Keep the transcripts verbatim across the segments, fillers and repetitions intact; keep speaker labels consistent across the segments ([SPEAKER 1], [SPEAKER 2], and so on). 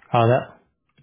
[SPEAKER 1] 好的。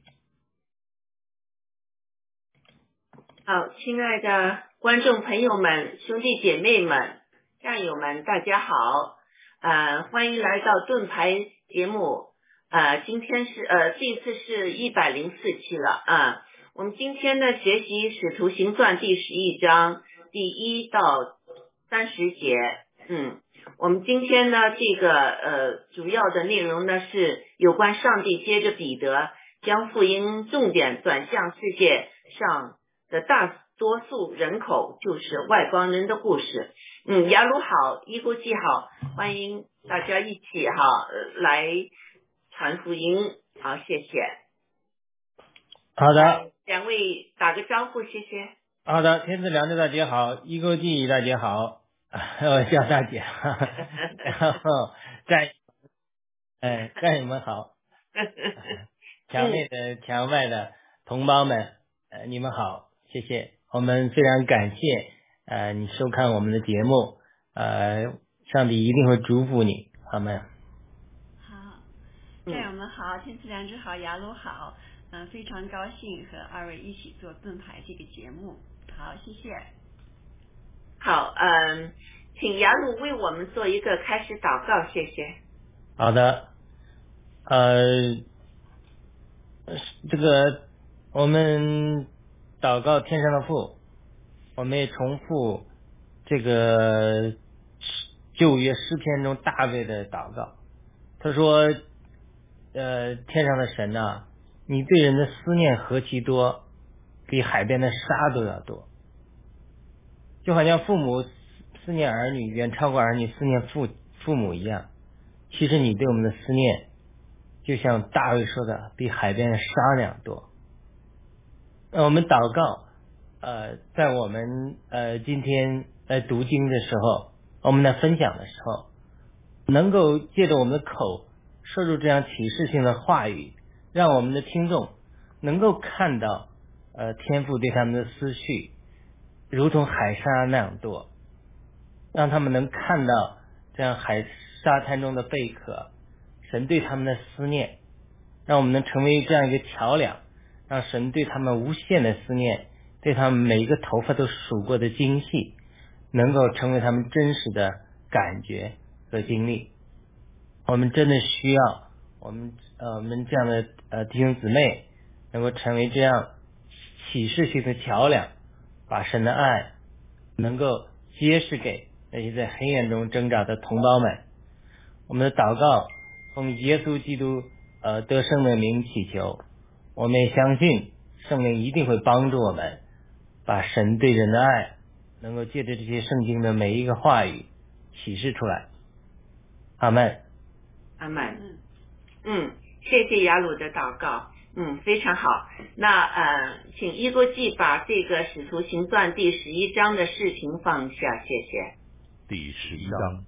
[SPEAKER 2] 好，亲爱的观众朋友们、兄弟姐妹们、战友们，大家好，呃，欢迎来到盾牌节目，呃，今天是呃，这次是一百零四期了啊。我们今天呢学习《使徒行传》第十一章第一到三十节，嗯，我们今天呢这个呃主要的内容呢是有关上帝接着彼得将福音重点转向世界上的大多数人口，就是外邦人的故事。嗯，雅鲁好，伊国际好，欢迎大家一起哈、呃、来传福音，好，谢谢。
[SPEAKER 1] 好的，
[SPEAKER 2] 呃两位打个招呼，谢谢。
[SPEAKER 1] 好的，天赐良知大姐好，一勾记大姐好，我叫大姐，然后战呃战友们好，墙内
[SPEAKER 2] 嗯，
[SPEAKER 1] 的墙外的同胞们，呃你们好，谢谢，我们非常感谢呃你收看我们的节目，呃上帝一定会祝福你，好吗？
[SPEAKER 3] 好，战
[SPEAKER 2] 嗯，
[SPEAKER 3] 友们好，天赐良知好，雅鲁好，嗯、呃，非常高兴和二位一起做盾牌这个节目，好，谢谢。
[SPEAKER 2] 好，嗯，请雅鲁为我们做一个开始祷告，谢谢。
[SPEAKER 1] 好的，呃这个我们祷告天上的父，我们也重复这个旧约诗篇中大卫的祷告。他说：“呃，天上的神呐、你对人的思念何其多，比海边的沙都要多。就好像父母思念儿女远超过儿女思念父父母一样。其实你对我们的思念，就像大卫说的，比海边的沙那样多。”呃，我们祷告，呃，在我们呃今天来读经的时候，我们在分享的时候，能够借着我们的口说出这样启示性的话语，让我们的听众能够看到，呃，天父对他们的思绪如同海沙那样多，让他们能看到这样海沙滩中的贝壳，神对他们的思念。让我们能成为这样一个桥梁，让神对他们无限的思念，对他们每一个头发都数过的精细，能够成为他们真实的感觉和经历。我们真的需要我们呃我们这样的呃弟兄姊妹能够成为这样启示性的桥梁，把神的爱能够揭示给那些在黑暗中挣扎的同胞们。我们的祷告奉耶稣基督呃得胜的名祈求，我们也相信圣灵一定会帮助我们，把神对人的爱能够借着这些圣经的每一个话语启示出来。阿门。
[SPEAKER 2] 阿门。
[SPEAKER 3] 嗯，
[SPEAKER 2] 嗯，谢谢雅鲁的祷告，嗯，非常好。那呃，请一国际把这个《使徒行传》第十一章的视频放下，谢谢。
[SPEAKER 4] 第十一章，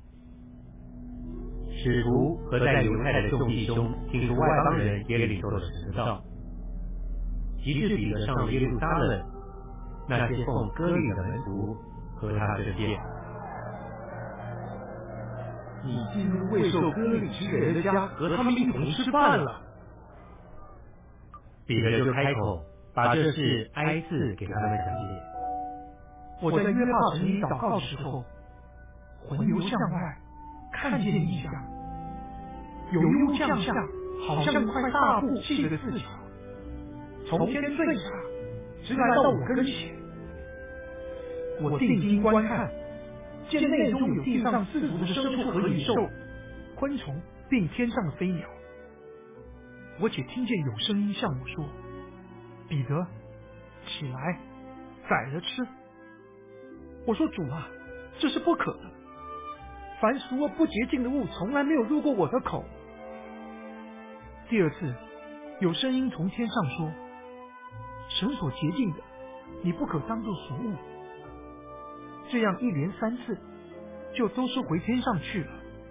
[SPEAKER 4] 使徒和在犹太的众弟兄听说外邦人也领受了神的道，及至彼得上了耶路撒冷，那些奉割礼的门徒和他争辩。
[SPEAKER 5] 你进入未受割礼之人的家，和他们一同吃饭了。
[SPEAKER 4] 彼得就开口把这事挨次给他们讲解。
[SPEAKER 5] 我在约帕城里祷告的时候，魂游向外，看见异象，有一物降下，好像一块大布系着四角，从天坠下，直来到我跟前。我定睛观看，见内中有地上四足的牲畜和野兽、昆虫，并天上的飞鸟。我且听见有声音向我说：“彼得，起来，宰了吃。”我说：“主啊，这是不可的。凡俗而不洁净的物，从来没有入过我的口。”第二次，有声音从天上说：“神所洁净的，你不可当作俗物。”这样一连三次，就都收回天上去了。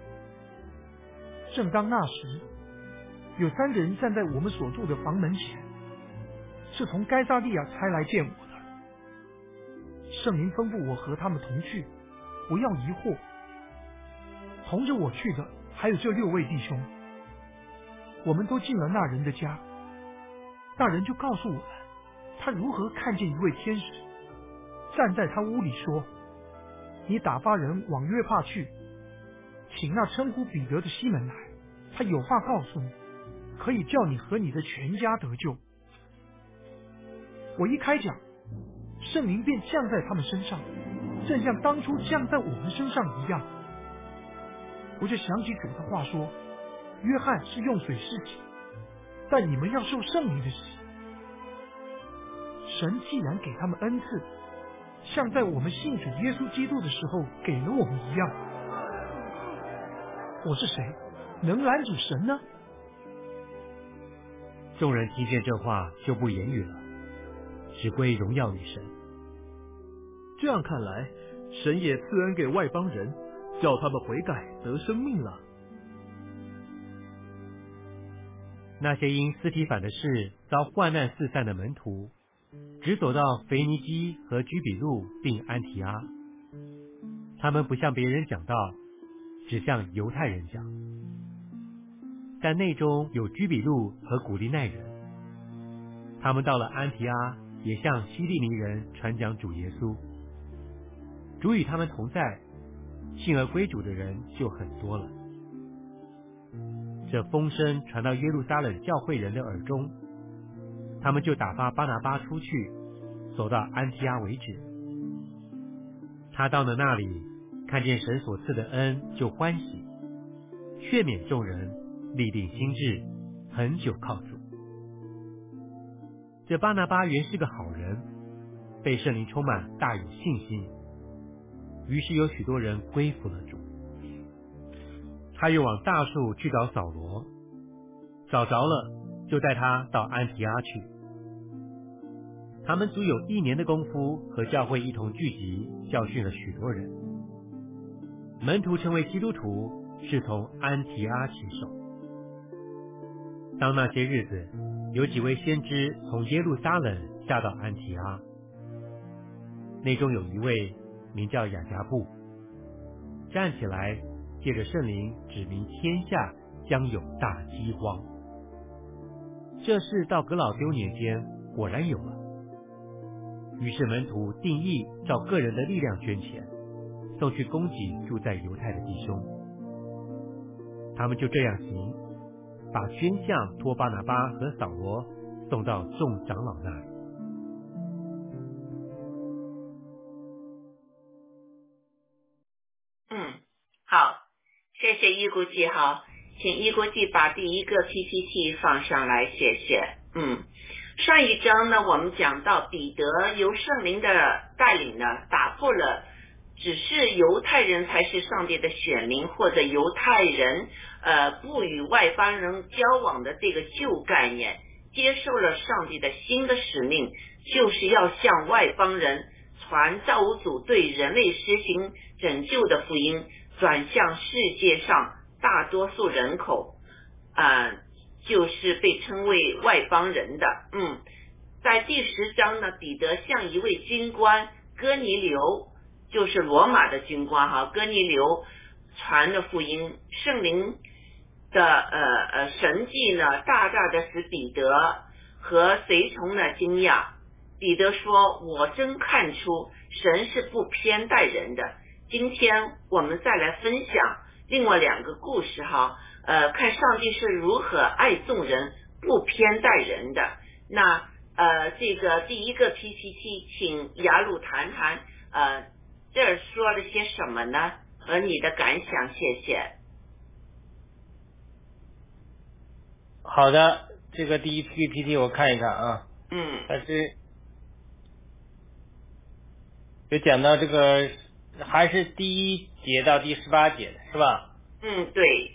[SPEAKER 5] 正当那时，有三个人站在我们所住的房门前，是从该撒利亚差来见我的。圣灵吩咐我和他们同去，不要疑惑。同着我去的还有这六位弟兄。 我们都进了那人的家，那人就告诉我们，他如何看见一位天使站在他屋里说，你打发人往约帕去，请那称呼彼得的西门来，他有话告诉你，可以叫你和你的全家得救。我一开讲，圣灵便降在他们身上，正像当初降在我们身上一样。我就想起主的话说，约翰是用水施洗，但你们要受圣灵的洗。神既然给他们恩赐，像在我们信主耶稣基督的时候给了我们一样。我是谁，能拦阻神呢？
[SPEAKER 4] 众人听见这话，就不言语了，只归荣耀于神。
[SPEAKER 6] 这样看来，神也赐恩给外邦人，叫他们悔改得生命了。
[SPEAKER 4] 那些因斯提反的事遭患难四散的门徒，只走到腓尼基和居比路并安提阿。他们不向别人讲道，只向犹太人讲。但内中有居比路和古利奈人，他们到了安提阿，也向希利尼人传讲主耶稣。主与他们同在，信而归主的人就很多了。这风声传到耶路撒冷教会人的耳中，他们就打发巴拿巴出去，走到安提阿为止。他到了那里，看见神所赐的恩，就欢喜，劝勉众人，立定心志，很久靠主。这巴拿巴原是个好人，被圣灵充满，大有信心，于是有许多人归服了主。他又往大树去找扫罗，找着了，就带他到安提阿去。他们足有一年的功夫，和教会一同聚集，教训了许多人。门徒成为基督徒，是从安提阿起手。当那些日子，有几位先知从耶路撒冷下到安提阿，内中有一位名叫雅各布，站起来，借着圣灵指明天下将有大饥荒。这事到革老丢年间果然有了。于是门徒定义照个人的力量捐钱，送去供给住在犹太的弟兄。他们就这样行，把捐项托巴拿巴和扫罗送到众长老那里。
[SPEAKER 2] 嗯，好，谢谢一国际哈，请一国际把第一个 P P T 放上来，谢谢。嗯，上一章呢，我们讲到彼得由圣灵的带领呢，打破了只是犹太人才是上帝的选民，或者犹太人呃不与外邦人交往的这个旧概念，接受了上帝的新的使命，就是要向外邦人传造物主对人类施行拯救的福音，转向世界上大多数人口啊、呃，就是被称为外邦人的。嗯，在第十章呢，彼得向一位军官哥尼流，就是罗马的军官哈，哥尼流传的福音，圣灵的呃呃神迹呢，大大的使彼得和随从呢惊讶。彼得说：“我真看出神是不偏待人的。”今天我们再来分享另外两个故事哈，呃，看上帝是如何爱众人，不偏待人的。那呃，这个第一个 P P T， 请雅鲁谈谈呃。这儿说了些什么呢？和你的感想，谢谢。
[SPEAKER 1] 好的，这个第一 P P T 我看一看啊。
[SPEAKER 2] 嗯。
[SPEAKER 1] 但是就讲到这个，还是第一节到第十八节的是吧？
[SPEAKER 2] 嗯，对。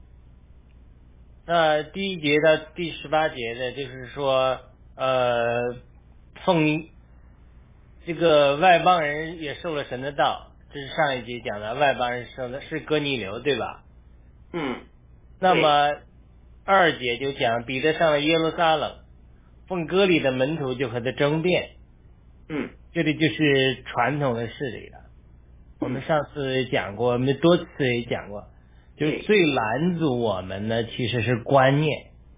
[SPEAKER 1] 那第一节到第十八节的，就是说，呃，奉。这个外邦人也受了神的道，这是上一节讲的，外邦人受的是哥尼流，对吧？
[SPEAKER 2] 嗯。
[SPEAKER 1] 那么二节就讲彼得上了耶路撒冷，奉割礼的门徒就和他争辩。
[SPEAKER 2] 嗯。
[SPEAKER 1] 这里就是传统的势力了。我们上次也讲过，我们多次也讲过，就是最拦阻我们呢，其实是观念，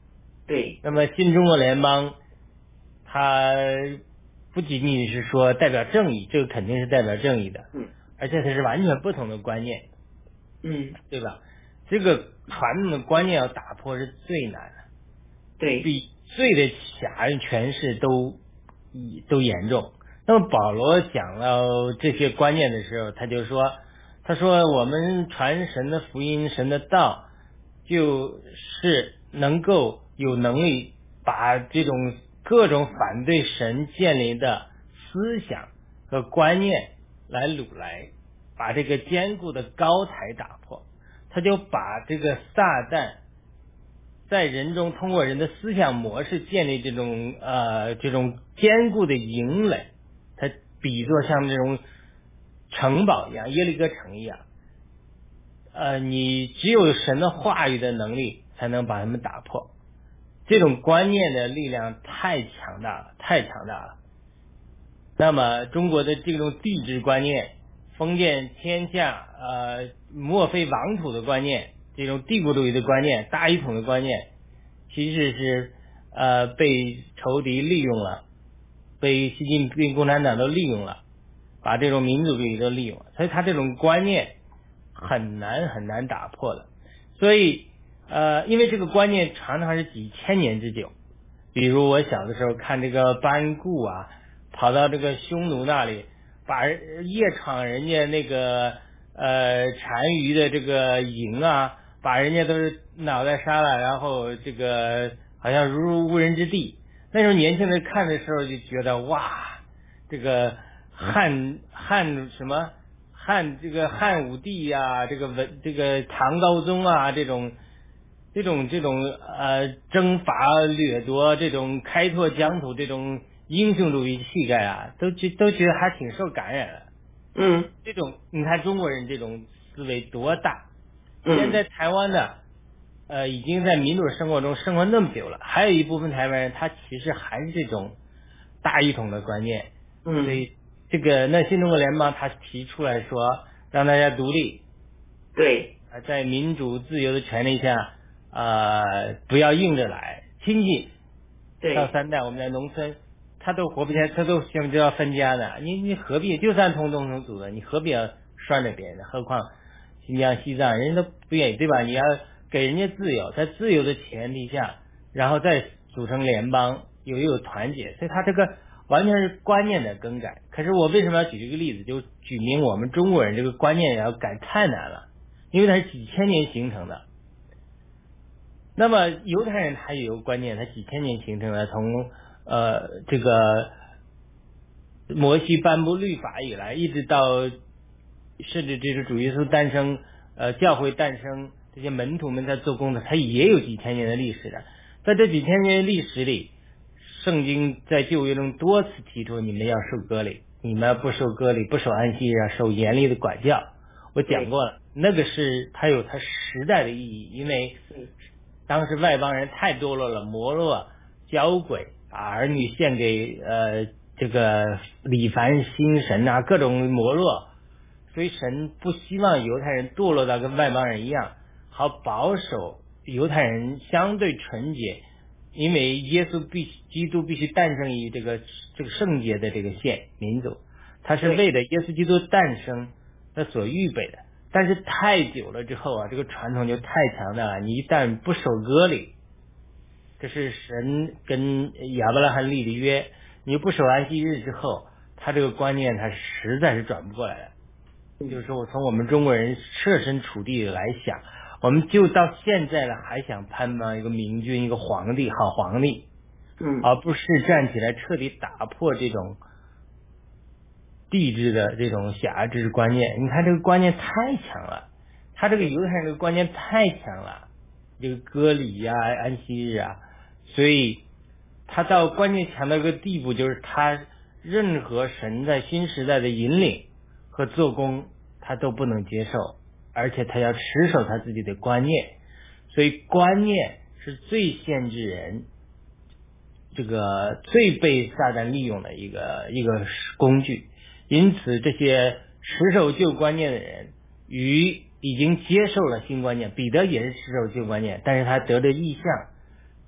[SPEAKER 2] 对。
[SPEAKER 1] 那么新中国联邦，它不仅仅是说代表正义，这个肯定是代表正义的，
[SPEAKER 2] 嗯，
[SPEAKER 1] 而且它是完全不同的观念，
[SPEAKER 2] 嗯，
[SPEAKER 1] 对吧？这个传统的观念要打破是最难的，
[SPEAKER 2] 对，
[SPEAKER 1] 比罪的狭人诠释都都严重。那么保罗讲到这些观念的时候，他就说，他说我们传神的福音，神的道，就是能够有能力把这种各种反对神建立的思想和观念来掳来，把这个坚固的高台打破。他就把这个撒旦在人中通过人的思想模式建立这种呃这种坚固的营垒，它比作像这种城堡一样，耶利哥城一样。呃，你只有神的话语的能力才能把他们打破。这种观念的力量太强大了，太强大了。那么中国的这种帝制观念，封建天下呃莫非王土的观念，这种帝国主义的观念，大一统的观念，其实是呃被仇敌利用了，被习近平共产党都利用了，把这种民主主义都利用了，所以他这种观念很难很难打破的。所以呃因为这个观念常常是几千年之久，比如我小的时候看这个班固啊，跑到这个匈奴那里，把夜闯人家那个呃单于的这个营啊，把人家都是脑袋杀了，然后这个好像如入无人之地。那时候年轻人看的时候就觉得哇，这个汉汉什么汉这个汉武帝呀、啊，这个文这个唐高宗啊，这种这种这种呃征伐掠夺，这种开拓疆土，这种英雄主义气概啊，都觉都觉得还挺受感染的。
[SPEAKER 2] 嗯，
[SPEAKER 1] 这种你看中国人这种思维多大，
[SPEAKER 2] 嗯，
[SPEAKER 1] 现在台湾呢，呃，已经在民主生活中生活那么久了，还有一部分台湾人他其实还是这种大一统的观念，
[SPEAKER 2] 嗯，
[SPEAKER 1] 所以这个那新中国联邦他提出来说让大家独立，
[SPEAKER 2] 对，
[SPEAKER 1] 啊，在民主自由的权利下，呃，不要硬着来，亲戚
[SPEAKER 2] 对，
[SPEAKER 1] 到三代，我们在农村，他都活不下，他都现在就要分家的，你你何必？就算同宗同族的，你何必要拴着别人呢？何况新疆、西藏，人家都不愿意，对吧？你要给人家自由，在自由的前提下，然后再组成联邦，有有团结，所以他这个完全是观念的更改。可是我为什么要举这个例子？就举明我们中国人这个观念要改太难了，因为它是几千年形成的。那么犹太人他也有观念，他几千年形成的，从呃这个摩西颁布律法以来，一直到甚至这个主耶稣诞生，呃教会诞生，这些门徒们在做工作，他也有几千年的历史的。在这几千年历史里，圣经在旧约中多次提出你们要受割礼，你们不受割礼，不守安息日，受严厉的管教。我讲过了，那个是它有它时代的意义，因为当时外邦人太堕落了，摩洛、交鬼，把儿女献给呃这个李凡新神啊，各种摩洛，所以神不希望犹太人堕落到跟外邦人一样，好保守犹太人相对纯洁，因为耶稣必须基督必须诞生于这个这个圣洁的这个县民族，他是为了耶稣基督诞生他所预备的。但是太久了之后啊，这个传统就太强大了，你一旦不守割礼，这是神跟亚伯拉罕立的约，你不守安息日之后，他这个观念他实在是转不过来的。就是说我从我们中国人设身处地来想，我们就到现在了还想攀帮一个明君，一个皇帝，好皇帝，
[SPEAKER 2] 嗯，
[SPEAKER 1] 而不是站起来彻底打破这种帝制的这种辖制观念。你看这个观念太强了，他这个犹太人这个观念太强了，这个割礼呀、安息日啊，所以他到观念强到一个地步，就是他任何神在新时代的引领和做工他都不能接受，而且他要持守他自己的观念，所以观念是最限制人，这个最被撒旦利用的一个一个工具。因此这些持守旧观念的人与已经接受了新观念，彼得也是持守旧观念，但是他得的异象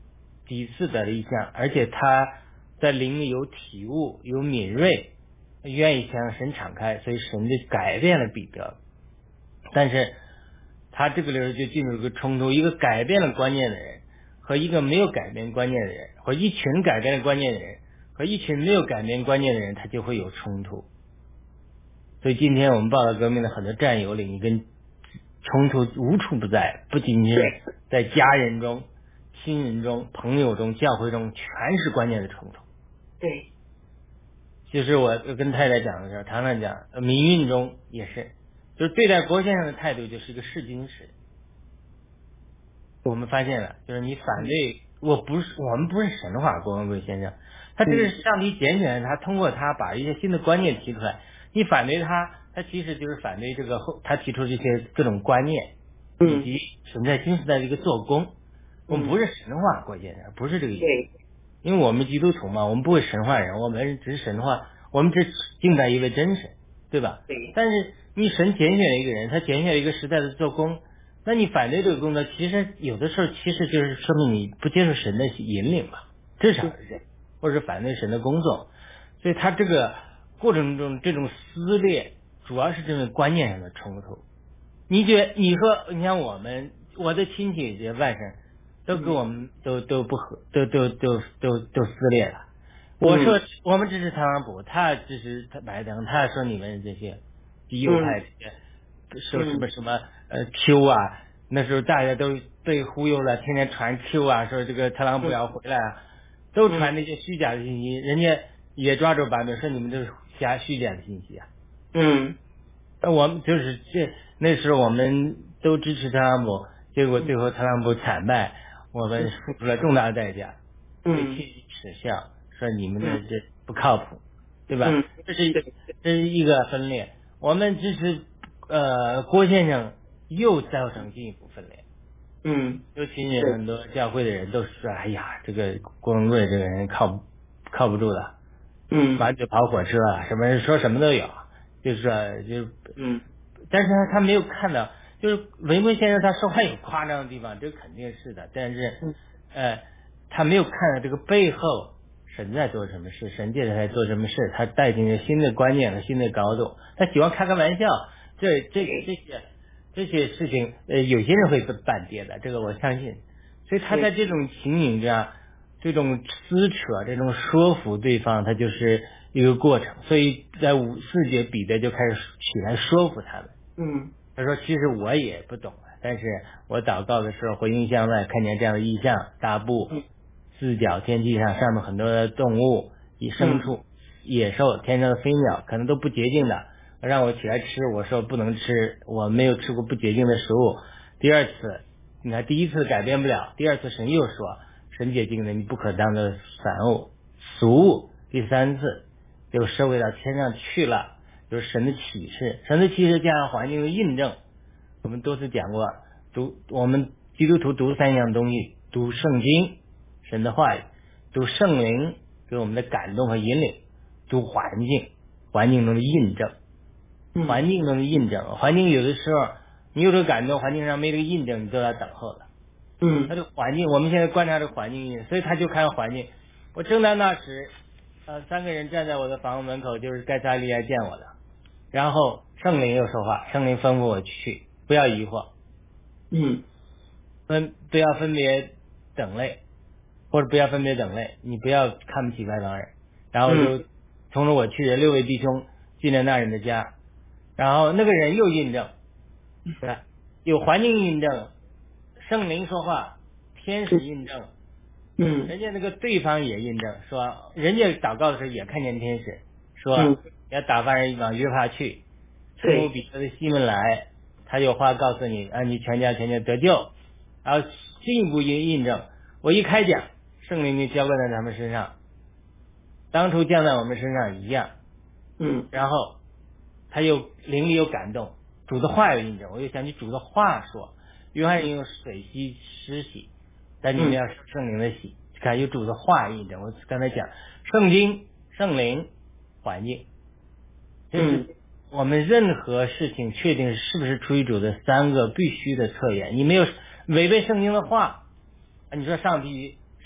[SPEAKER 1] 几次得了异象，而且他在灵里有体悟，有敏锐，愿意向神敞开，所以神就改变了彼得。但是他这个里就进入一个冲突，一个改变了观念的人和一个没有改变观念的人，或一群改变了观念的人和一群没有改变观念的人，他就会有冲突。所以今天我们报道革命的很多战友里，你跟冲突无处不在，不仅仅是在家人中、亲人中、朋友中、教会中，全是观念的冲突。
[SPEAKER 2] 对，
[SPEAKER 1] 就是我跟太太讲的时候，常常讲，民运中也是，就是对待郭先生的态度就是一个试金石。我们发现了，就是你反对，我不是，我们不是神化郭文贵先生，他这个是上帝拣选他，通过他把一些新的观念提出来。你反对他，他其实就是反对这个他提出这些各种观念，以及神在新时代的一个做工。我们不是神化郭先生，不是这个意思。因为我们基督徒嘛，我们不会神化人，我们只是神化，我们只敬拜一位真神，对吧？
[SPEAKER 2] 对。
[SPEAKER 1] 但是你神拣选了一个人，他拣选了一个时代的做工，那你反对这个工作，其实有的时候其实就是说明你不接受神的引领吧，至少是这样，或者反对神的工作。所以他这个过程中这种撕裂，主要是这种观念上的冲突。你觉得你说你像我们我的亲戚这些外甥都跟我们都都不合，都都都都都撕裂了。我说我们支持特朗普，他支持他拜登，他说你们这些右派这些说什么什么呃 Q 啊，那时候大家都被忽悠了，天天传 Q 啊，说这个特朗普要回来啊，都传那些虚假的信息，人家也抓住版本说你们都是瞎虚假的信息啊。
[SPEAKER 2] 嗯，
[SPEAKER 1] 我们就是这那时候我们都支持特朗普，结果最后特朗普惨败，我们付出了重大代价，被
[SPEAKER 2] 嗯，
[SPEAKER 1] 耻笑，说你们的这不靠谱，对吧？
[SPEAKER 2] 嗯，
[SPEAKER 1] 这是这是一个分裂。我们支持呃郭先生，又造成进一步分裂。
[SPEAKER 2] 嗯，
[SPEAKER 1] 尤其是很多教会的人都说，哎呀，这个郭文贵这个人靠不靠不住的，
[SPEAKER 2] 嗯，
[SPEAKER 1] 满嘴跑火车啊，什么说什么都有，就是说就
[SPEAKER 2] 嗯，
[SPEAKER 1] 但是他他没有看到，就是文贵先生他说话有夸张的地方，这肯定是的，但是呃他没有看到这个背后神在做什么事，神借着他在做什么事，他带进了新的观念和新的高度，他喜欢开个玩笑，这这这些这些事情呃有些人会半跌的，这个我相信，所以他在这种情景下，这种撕扯，这种说服对方，他就是一个过程。所以在五四节，彼得就开始起来说服他们。
[SPEAKER 2] 嗯，
[SPEAKER 1] 他说：“其实我也不懂，但是我祷告的时候回应向外，看见这样的异象：大布、四角天际上上面很多的动物，以牲畜、野兽、天上的飞鸟，可能都不洁净的，让我起来吃。我说不能吃，我没有吃过不洁净的食物。第二次，你看第一次改变不了，第二次神又说。”神洁净的，你不可当的散物、俗物。第三次就收回到天上去了，就是神的启示，神的启示加上环境的印证。我们多次讲过，读我们基督徒读三样东西：读圣经，神的话语；读圣灵给我们的感动和引领；读环境，环境中的印证。环境中的印证，环境有的时候你有这个感动，环境上没这个印证，你都要等候了。
[SPEAKER 2] 嗯，
[SPEAKER 1] 他的环境，我们现在观察这个环境，所以他就看环境。我正在那时，呃，三个人站在我的房门口，就是该撒利亚见我的。然后圣灵又说话，圣灵吩咐我去，不要疑惑，
[SPEAKER 2] 嗯，
[SPEAKER 1] 分不要分别等类，或者不要分别等类，你不要看不起外邦人。然后就从着我去的六位弟兄进了那人的家，然后那个人又印证，对吧？有环境印证。圣灵说话，天使印证，
[SPEAKER 2] 嗯，
[SPEAKER 1] 人家那个对方也印证，说人家祷告的时候也看见天使，说、嗯、要打发人往约帕去，称呼彼得的西门来，他有话告诉你，让你全家全家得救，然后进一步印印证，我一开讲，圣灵就浇灌在他们身上，当初降在我们身上一样，
[SPEAKER 2] 嗯，
[SPEAKER 1] 然后他又灵里有感动，主的话有印证，我又想起主的话说。约翰用水洗施洗，但你们要圣灵的洗，看有主的话印证。我刚才讲圣经、圣灵、环境，就是我们任何事情确定是不是出于主的三个必须的测验。你没有违背圣经的话，你说上帝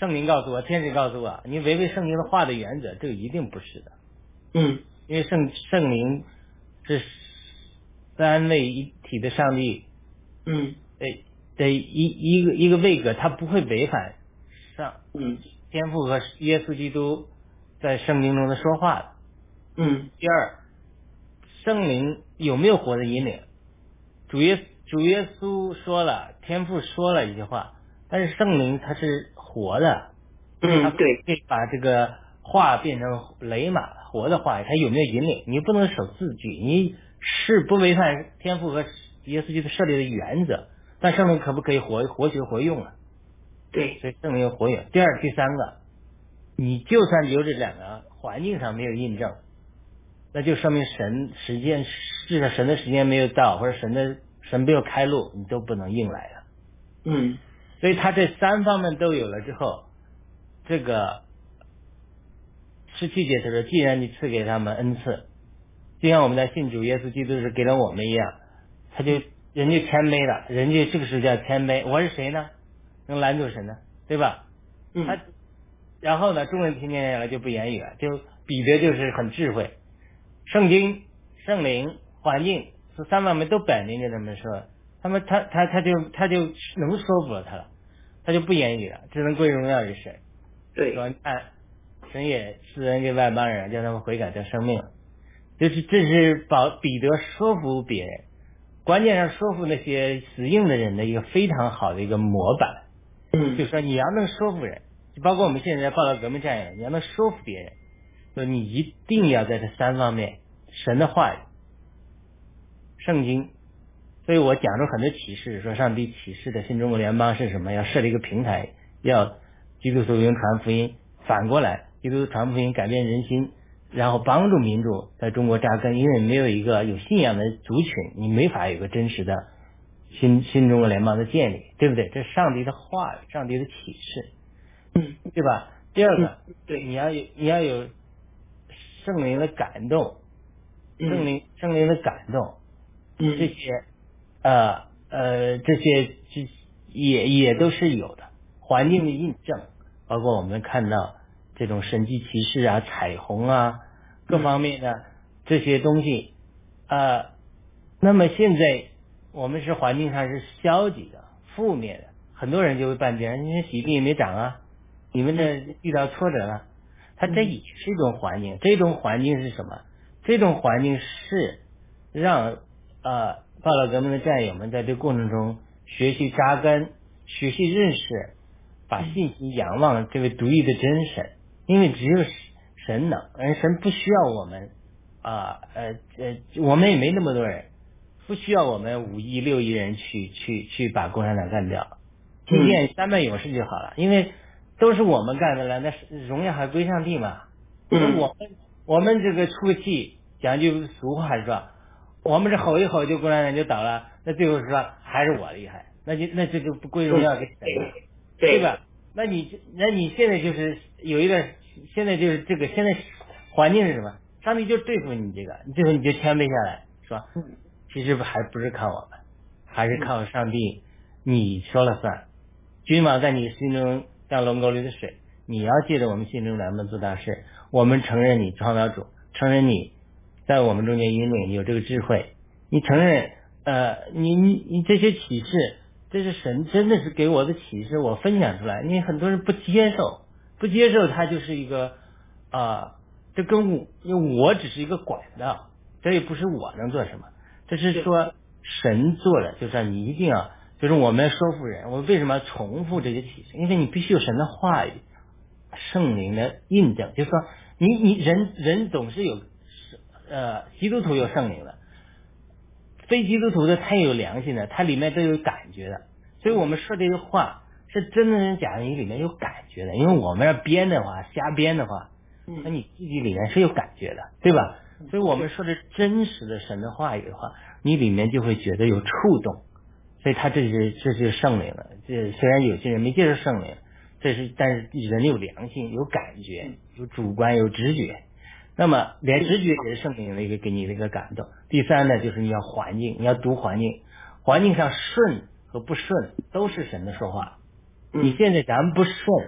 [SPEAKER 1] 圣灵告诉我，天使告诉我，你违背圣经的话的原则，这个一定不是的。
[SPEAKER 2] 嗯，
[SPEAKER 1] 因为圣圣灵是三位一体的上帝，
[SPEAKER 2] 嗯，
[SPEAKER 1] 的的一一个一个位格，他不会违反上
[SPEAKER 2] 嗯，
[SPEAKER 1] 天父和耶稣基督在圣经中的说话的。
[SPEAKER 2] 嗯，
[SPEAKER 1] 第二，圣灵有没有活的引领？主耶主耶稣说了，天父说了一些话，但是圣灵它是活的，它
[SPEAKER 2] 嗯，对，
[SPEAKER 1] 可以把这个话变成雷马活的话，它有没有引领？你不能守字句，你是不违反天父和耶稣基督设立的原则，但圣灵可不可以活活学活用啊？
[SPEAKER 2] 对，
[SPEAKER 1] 所以圣灵有活用。第二、第三个，你就算有这两个环境上没有印证，那就说明神时间至少神的时间没有到，或者神的神没有开路，你都不能硬来了。
[SPEAKER 2] 嗯，
[SPEAKER 1] 所以他这三方面都有了之后，这个十七节他说，既然你赐给他们恩赐，就像我们在信主耶稣基督是给了我们一样，他就人就谦卑了，人家这个是叫谦卑。我是谁呢？能拦住神呢？对吧？
[SPEAKER 2] 嗯，
[SPEAKER 1] 他然后呢，众人听见了就不言语了，就彼得就是很智慧，圣经、圣灵、环境这三方面都摆明着他们说，他们他他他就他就能说服了他了，他就不言语了，只能归荣耀于神。
[SPEAKER 2] 对，
[SPEAKER 1] 说你看，神也赐恩给外邦人，叫他们悔改得生命。就是这是保彼得说服别人，关键是说服那些死硬的人的一个非常好的一个模板。
[SPEAKER 2] 嗯，
[SPEAKER 1] 就说你要能说服人，就包括我们现在报道革命战友，你要能说服别人，说你一定要在这三方面，神的话语、圣经。所以我讲出很多启示，说上帝启示的新中国联邦是什么？要设立一个平台，要基督徒用传福音，反过来基督徒传福音改变人心，然后帮助民主在中国扎根。因为没有一个有信仰的族群，你没法有个真实的新新中国联邦的建立，对不对？这是上帝的话语，上帝的启示，
[SPEAKER 2] 嗯，
[SPEAKER 1] 对吧？第二个，
[SPEAKER 2] 嗯，对，
[SPEAKER 1] 你要有你要有圣灵的感动，
[SPEAKER 2] 嗯，
[SPEAKER 1] 圣灵圣灵的感动，
[SPEAKER 2] 嗯，
[SPEAKER 1] 这些呃呃这些这也也都是有的。环境的印证，包括我们看到这种神迹奇事啊、彩虹啊各方面的这些东西，呃，那么现在我们是环境上是消极的、负面的，很多人就会半点，你说喜地也没长啊，你们这遇到挫折了，它这也是一种环境。这种环境是什么？这种环境是让呃报道革命的战友们在这过程中学习扎根，学习认识，把信心仰望这位独一的真神，因为只有神能，而神不需要我们啊呃呃，我们也没那么多人，不需要我们五亿六亿人去去去把共产党干掉，就建三百勇士就好了，因为都是我们干的了，那荣耀还归上帝嘛。
[SPEAKER 2] 嗯，
[SPEAKER 1] 我们我们这个出气，讲句俗话是吧？我们这吼一吼就共产党就倒了，那最后是说还是我厉害，那就那这就不归荣耀给神了，
[SPEAKER 2] 对，
[SPEAKER 1] 对吧？那你那你现在就是有一个，现在就是这个现在环境是什么？上帝就对付你这个，你最后你就谦卑下来，是吧？其实还不是靠我们，还是靠上帝，你说了算。君王在你心中像龙沟里的水，你要借着我们心中来们做大事。我们承认你创造主，承认你在我们中间引领，你有这个智慧，你承认呃，你你你这些启示，这是神真的是给我的启示，我分享出来。因为很多人不接受，不接受它就是一个啊、呃，这跟我因为我只是一个管道，这也不是我能做什么，这是说神做的，就是你一定要，就是我们要说服人。我为什么要重复这些启示？因为你必须有神的话语、圣灵的印证，就是说你你人人总是有呃基督徒有圣灵的。非基督徒的他也有良心的，他里面都有感觉的，所以我们说这些话是真的人假的，你里面有感觉的。因为我们要编的话，瞎编的话，那你自己里面是有感觉的，对吧？所以我们说的真实的神的话语的话，你里面就会觉得有触动。所以他这是这就是圣灵了。这虽然有些人没接受圣灵，这是但是人有良心、有感觉、有主观、有直觉。那么连直觉也是圣灵的一个给你的一个感动。第三呢，就是你要环境，你要读环境，环境上顺和不顺都是神的说话。你现在咱们不顺，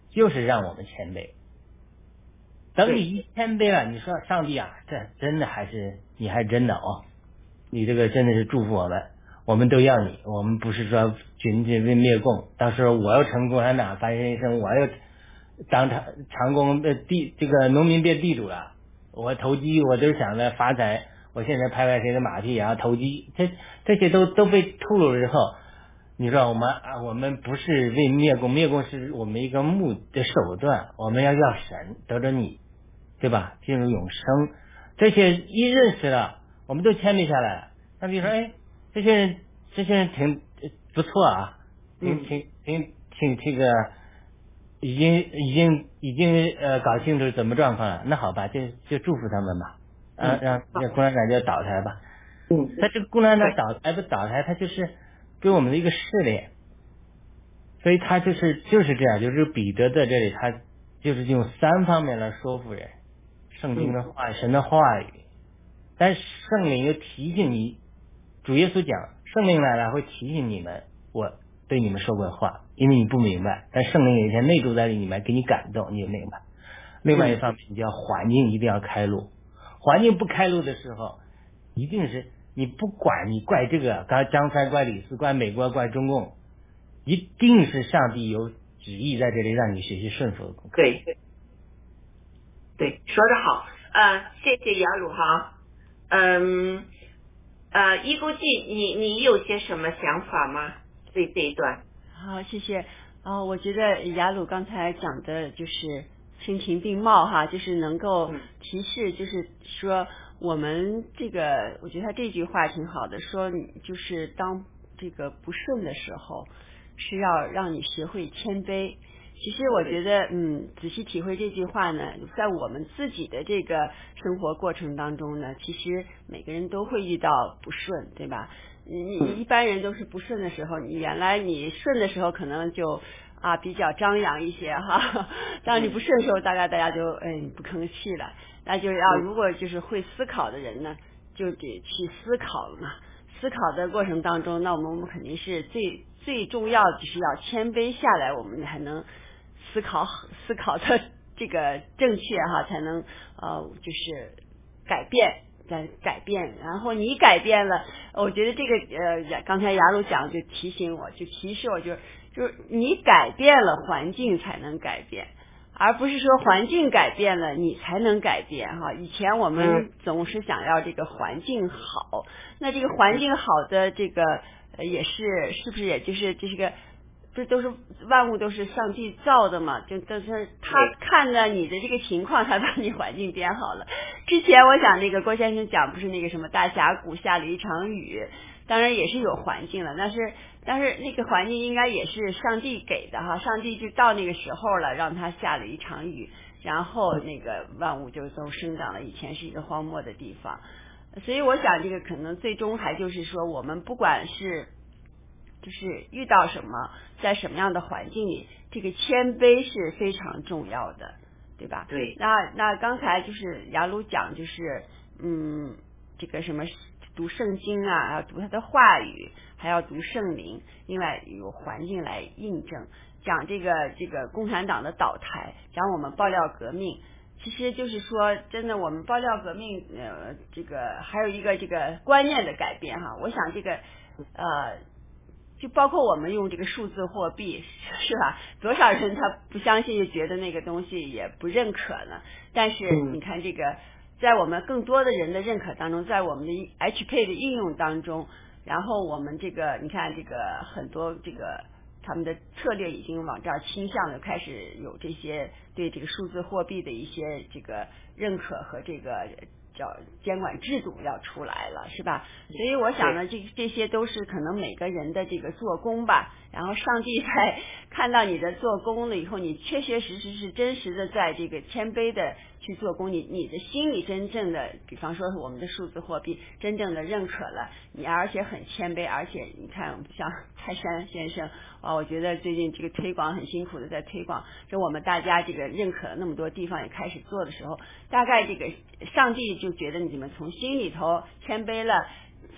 [SPEAKER 1] 就是让我们谦卑。等你一谦卑了，你说上帝啊，这真的还是你还真的哦，你这个真的是祝福我们，我们都要你，我们不是说仅仅为灭共，到时候我要成共产党翻身一生，我要当长长工的地这个农民变地主了，我投机我都想着发财，我现在拍拍谁的马屁然后投机，这这些都都被吐露了之后，你说我们啊，我们不是为灭共，灭共是我们一个目的手段，我们要要神得着你，对吧？进入永生，这些一认识了，我们都谦卑下来了。那比如说，哎，这些人，这些人挺不错啊，挺挺挺挺这个，已经已经已经呃搞清楚怎么状况了。那好吧，就就祝福他们吧，啊，让让共产党就倒台吧。
[SPEAKER 2] 嗯，
[SPEAKER 1] 他这个共产党倒台不倒台，他就是给我们的一个试炼。所以他就是就是这样，就是彼得在这里，他就是用三方面来说服人。圣经的话，神的话语，但是圣灵又提醒你，主耶稣讲，圣灵来了会提醒你们，我对你们说过的话，因为你不明白，但圣灵有一天内住在里面，给你感动，你就明白。另外一方面，你就要环境一定要开路，环境不开路的时候，一定是你不管你怪这个，刚才张三怪李四怪美国怪中共，一定是上帝有旨意在这里让你学习顺服的功课。
[SPEAKER 2] 对。对，说得好，呃，谢谢雅鲁哈，嗯，呃，一估计你你有些什么想法吗？对这一段？
[SPEAKER 3] 好，谢谢。啊、呃，我觉得雅鲁刚才讲的就是声情并茂哈，就是能够提示，就是说我们这个，我觉得他这句话挺好的，说就是当这个不顺的时候，是要让你学会谦卑。其实我觉得，嗯，仔细体会这句话呢，在我们自己的这个生活过程当中呢，其实每个人都会遇到不顺，对吧？你一般人都是不顺的时候，你原来你顺的时候可能就啊比较张扬一些哈，当你不顺的时候，大概大家就哎不吭气了。那就要如果就是会思考的人呢，就得去思考了嘛。思考的过程当中，那我们我们肯定是最最重要的就是要谦卑下来，我们才能思考思考的这个正确哈，才能呃就是改变改改变。然后你改变了，我觉得这个呃刚才雅鲁讲就提醒我，就提示我，就就是你改变了，环境才能改变。而不是说环境改变了你才能改变哈。以前我们总是想要这个环境好，那这个环境好的这个也是是不是也就是这是个不是都是万物都是上帝造的嘛？就都是他看着你的这个情况，他把你环境变好了。之前我想那个郭先生讲不是那个什么大峡谷下了一场雨，当然也是有环境了，但是但是那个环境应该也是上帝给的哈，上帝就到那个时候了，让他下了一场雨，然后那个万物就都生长了。以前是一个荒漠的地方，所以我想这个可能最终还就是说，我们不管是就是遇到什么，在什么样的环境里，这个谦卑是非常重要的，对吧？
[SPEAKER 2] 对。
[SPEAKER 3] 那那刚才就是雅鲁讲，就是嗯，这个什么读圣经啊，要读他的话语，还要读圣灵，另外有环境来印证。讲这个这个共产党的倒台，讲我们爆料革命，其实就是说，真的我们爆料革命，呃，这个还有一个这个观念的改变哈。我想这个呃。就包括我们用这个数字货币，是吧？多少人他不相信，就觉得那个东西也不认可呢？但是你看这个，在我们更多的人的认可当中，在我们的 H P 的应用当中，然后我们这个，你看这个很多这个他们的策略已经往这儿倾向的，开始有这些对这个数字货币的一些这个认可和这个叫监管制度要出来了，是吧？所以我想呢，这这些都是可能每个人的这个做工吧。然后上帝在看到你的做工了以后，你确确实实是真实的在这个谦卑的去做工，你你的心里真正的，比方说我们的数字货币真正的认可了你，而且很谦卑，而且你看像泰山先生啊，我觉得最近这个推广很辛苦的在推广，就我们大家这个认可了那么多地方也开始做的时候，大概这个上帝就觉得你们从心里头谦卑了，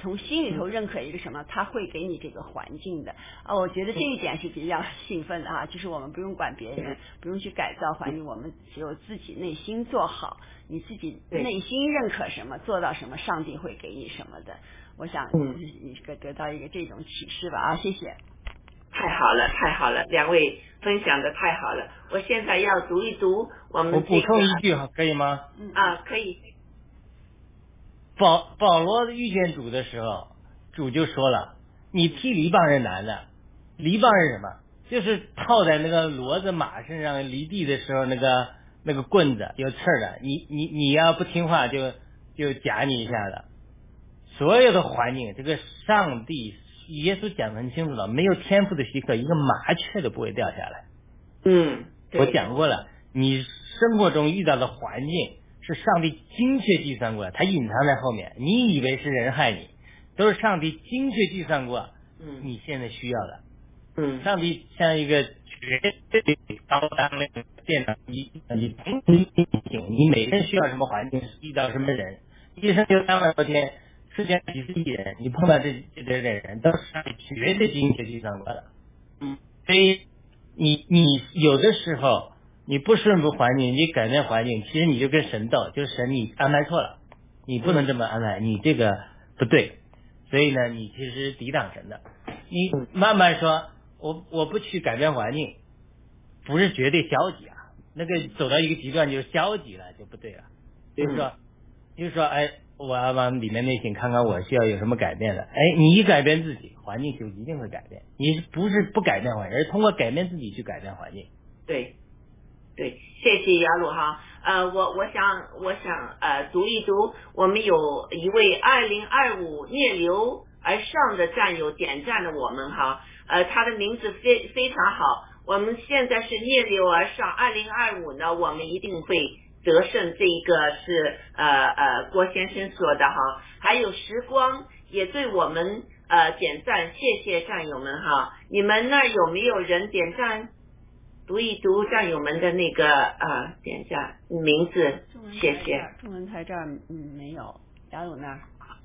[SPEAKER 3] 从心里头认可一个什么，他会给你这个环境的啊。我觉得这一点是比较兴奋的啊，就是我们不用管别人，不用去改造环境，我们只有自己内心做好，你自己内心认可什么，做到什么，上帝会给你什么的。我想你个得到一个这种启示吧啊，谢谢。
[SPEAKER 2] 太好了，太好了，两位分享的太好了。我现在要读一读我们、这个、
[SPEAKER 1] 我补充一句可以吗？
[SPEAKER 2] 啊，可以。
[SPEAKER 1] 保保罗遇见主的时候，主就说了，你踢篱笆是难的。篱笆是什么？就是套在那个骡子马身上离地的时候，那个那个棍子有刺的，你你你要不听话就就夹你一下的。所有的环境，这个上帝耶稣讲得很清楚了，没有天赋的许可，一个麻雀都不会掉下来。
[SPEAKER 2] 嗯，
[SPEAKER 1] 我讲过了，你生活中遇到的环境是上帝精确计算过的，它隐藏在后面，你以为是人害你，都是上帝精确计算过你现在需要的。
[SPEAKER 2] 嗯，
[SPEAKER 1] 上帝像一个绝对高档的电脑，你你你你每个人需要什么环境，遇到什么人，一生就三万多天，世界上几十亿人，你碰到这这些人都是上帝绝对精确计算过的。
[SPEAKER 2] 嗯，
[SPEAKER 1] 所以你你有的时候你不顺服环境，你改变环境，其实你就跟神斗，就是神你安排错了，你不能这么安排，你这个不对，所以呢，你其实抵挡神的。你慢慢说，我我不去改变环境，不是绝对消极啊，那个走到一个极端就是消极了，就不对了。就是说，就是说，哎，我要往里面内省看看我需要有什么改变的。哎，你一改变自己，环境就一定会改变。你不是不改变环境，而是通过改变自己去改变环境。
[SPEAKER 2] 对，对，谢谢雅鲁哈。呃，我我想我想呃读一读，我们有一位二零二五逆流而上的战友点赞了我们哈，呃，他的名字非非常好。我们现在是逆流而上，二零二五呢，我们一定会得胜。这一个是呃呃郭先生说的哈，还有时光也对我们呃点赞，谢谢战友们哈。你们那儿有没有人点赞？读一读战友们的那个呃点赞名字，谢谢。
[SPEAKER 3] 中文台这儿嗯没有，雅鲁那儿。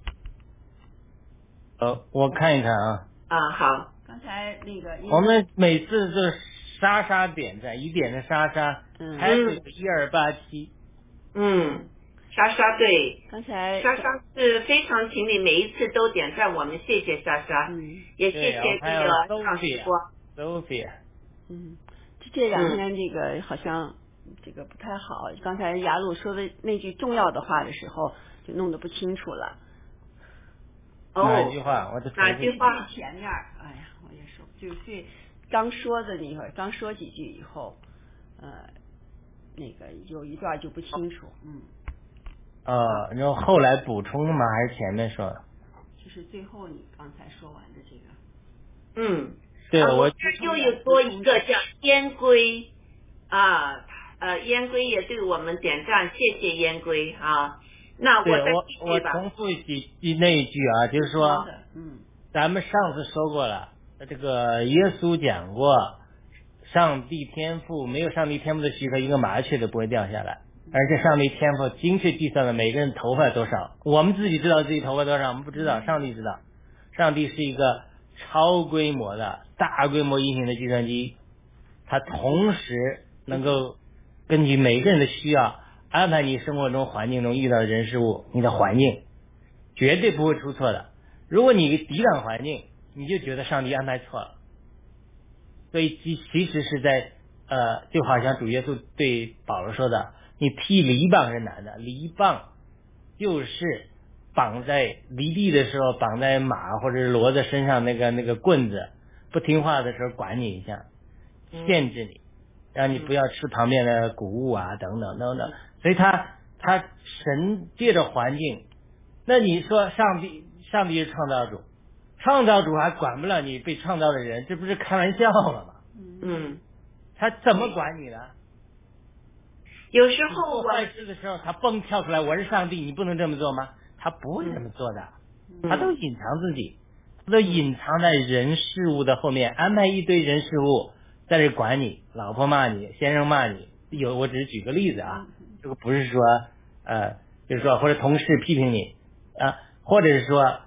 [SPEAKER 1] 呃，我看一看啊。
[SPEAKER 2] 啊，好。
[SPEAKER 3] 刚才那个
[SPEAKER 1] 我们每次都莎莎点赞，一点的莎莎，
[SPEAKER 3] 嗯，
[SPEAKER 1] 还是一二八七。
[SPEAKER 2] 嗯，莎莎对，
[SPEAKER 3] 刚才
[SPEAKER 2] 莎莎是非常勤力，每一次都点赞我们，谢谢莎莎，
[SPEAKER 3] 嗯，
[SPEAKER 2] 也谢谢这个上时光。
[SPEAKER 1] Sophia，
[SPEAKER 3] 嗯，这两天这个好像这个不太好。刚才雅鲁说的那句重要的话的时候，就弄得不清楚了。
[SPEAKER 2] 哦，
[SPEAKER 1] 哪句话？我的
[SPEAKER 2] 哪句话？
[SPEAKER 3] 前面，哎呀，我也说，就是刚说的那会儿，刚说几句以后，呃，那个有一段就不清楚，嗯。
[SPEAKER 1] 呃，然后后来补充的吗？还是前面说的？
[SPEAKER 3] 就是最后你刚才说完的这个。
[SPEAKER 2] 嗯，
[SPEAKER 1] 对，
[SPEAKER 2] 啊、
[SPEAKER 1] 我
[SPEAKER 2] 这又有多一个叫烟龟啊，呃，烟龟也对我们点赞，谢谢烟龟啊。那我再
[SPEAKER 1] 我我重复几句那一句啊，就是说，
[SPEAKER 3] 嗯，
[SPEAKER 1] 咱们上次说过了，这个耶稣讲过，上帝天赋没有上帝天赋的许可，一个麻雀都不会掉下来，而且上帝天赋精确计算了每个人头发多少，我们自己知道自己头发多少，我们不知道，上帝知道，上帝是一个超规模的大规模运行的计算机，它同时能够根据每个人的需要安排你生活中环境中遇到的人事物，你的环境绝对不会出错的。如果你抵挡环境，你就觉得上帝安排错了。所以其其实是在呃，就好像主耶稣对保罗说的，你踢篱笆是难的，篱笆就是绑在离地的时候绑在马或者是骡子身上那个那个棍子，不听话的时候管你一下，限制你，让你不要吃旁边的谷物啊等等等等。所以他他神借着环境，那你说上帝上帝是创造主，创造主还管不了你被创造的人，这不是开玩笑了吗？
[SPEAKER 2] 嗯，
[SPEAKER 1] 他怎么管你呢？
[SPEAKER 2] 有时候
[SPEAKER 1] 做坏事的时候，他蹦跳出来，我是上帝，你不能这么做吗？他不会这么做的，
[SPEAKER 2] 嗯、
[SPEAKER 1] 他都隐藏自己，他都隐藏在人事物的后面，安排一堆人事物在这管你，老婆骂你，先生骂你，有我只是举个例子啊，这个不是说呃，就是说或者同事批评你啊，或者是说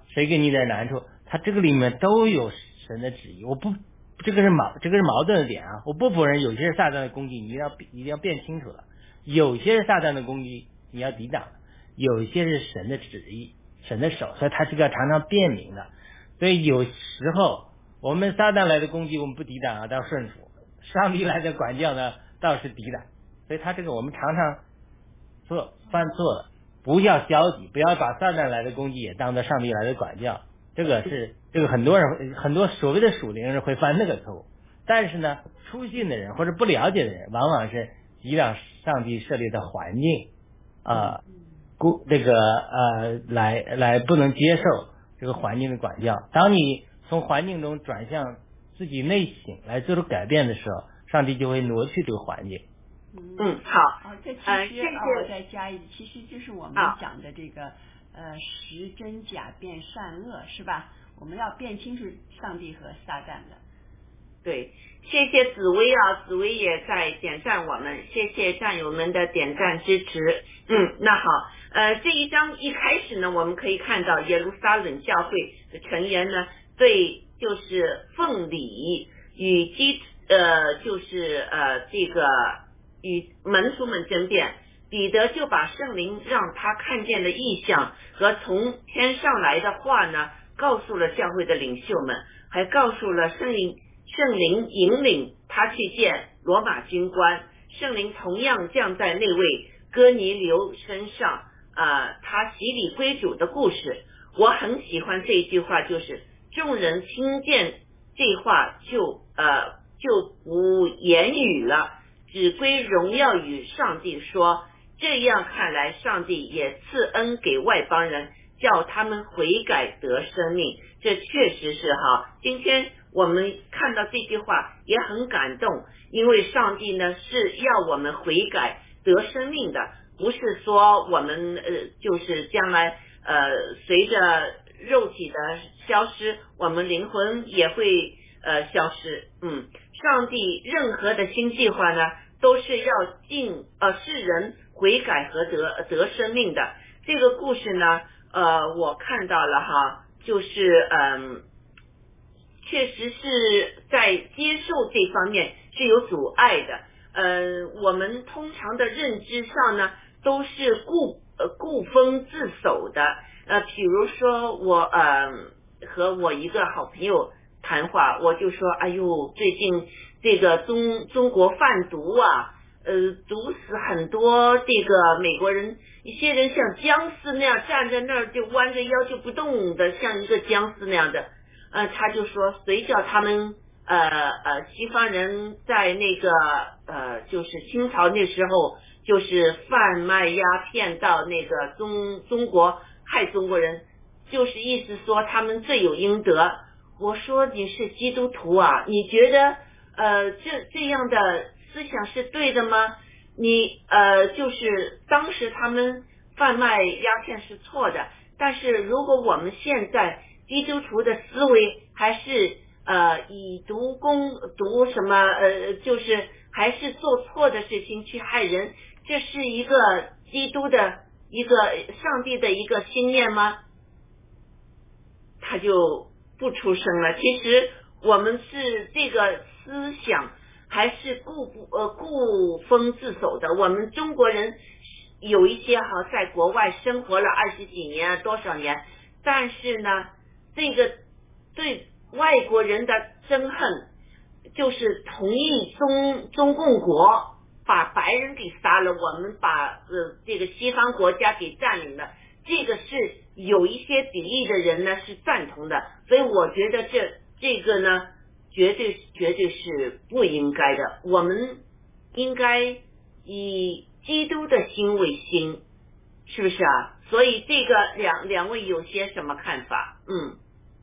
[SPEAKER 1] 谁给你点难处，他这个里面都有神的旨意。我不，这个是矛，这个是矛盾的点啊。我不否认有些是撒旦的攻击，你一定要一定要辨清楚了。有些是撒旦的攻击，你要抵挡；有一些是神的旨意、神的手，所以它是个常常辨明的。所以有时候我们撒旦来的攻击，我们不抵挡啊，倒顺服；上帝来的管教呢，倒是抵挡。所以他这个我们常常错犯错了。不要消极，不要把撒旦来的攻击也当做上帝来的管教，这个是这个很多人很多所谓的属灵人会犯那个错误。但是呢，初信的人或者不了解的人，往往是抵挡上帝设立的环境啊，故、呃、这个呃来来不能接受这个环境的管教。当你从环境中转向自己内省来做出改变的时候，上帝就会挪去这个环境。
[SPEAKER 2] 嗯，好。
[SPEAKER 3] 哦，这其实、
[SPEAKER 2] 呃、谢谢
[SPEAKER 3] 啊、我再加一，其实就是我们讲的这个、啊、呃识真假辨善恶，是吧？我们要辨清楚上帝和撒旦的。
[SPEAKER 2] 对，谢谢紫薇啊，紫薇也在点赞我们，谢谢战友们的点赞支持。嗯，那好，呃，这一章一开始呢，我们可以看到耶路撒冷教会的成员呢，对就是奉礼与基呃就是呃这个。与门徒们争辩，彼得就把圣灵让他看见的异象和从天上来的话呢，告诉了教会的领袖们，还告诉了圣灵，圣灵引领他去见罗马军官，圣灵同样降在那位哥尼流身上，呃，他洗礼归主的故事。我很喜欢这一句话，就是众人听见这话就呃就不言语了，只归荣耀与上帝说，这样看来上帝也赐恩给外邦人，叫他们悔改得生命。这确实是哈，今天我们看到这句话也很感动，因为上帝呢是要我们悔改得生命的，不是说我们呃就是将来呃随着肉体的消失，我们灵魂也会呃消失。嗯，上帝任何的新计划呢，都是要进呃世人悔改和得得生命的。这个故事呢，呃，我看到了哈，就是嗯，确实是在接受这方面是有阻碍的。呃，我们通常的认知上呢，都是固呃固封自守的。呃，比如说我呃和我一个好朋友谈话，我就说，哎呦，最近这个中中国贩毒啊，呃，毒死很多这个美国人，一些人像僵尸那样站在那儿就弯着腰就不动的，像一个僵尸那样的。呃，他就说，谁叫他们呃呃西方人在那个呃就是清朝那时候就是贩卖鸦片到那个中中国害中国人，就是意思说他们罪有应得。我说你是基督徒啊，你觉得呃这这样的思想是对的吗？你呃就是当时他们贩卖鸦片是错的，但是如果我们现在基督徒的思维还是呃以毒攻毒什么呃就是还是做错的事情去害人，这是一个基督的一个上帝的一个心念吗？他就不出声了。其实我们是这个思想还是固不呃固封自守的。我们中国人有一些哈在国外生活了二十几年多少年，但是呢这个对外国人的憎恨就是同意中中共国把白人给杀了，我们把呃这个西方国家给占领了，这个是有一些比例的人呢是赞同的，所以我觉得这这个呢绝对绝对是不应该的。我们应该以基督的心为心，是不是啊？所以这个两两位有些什么看法？嗯，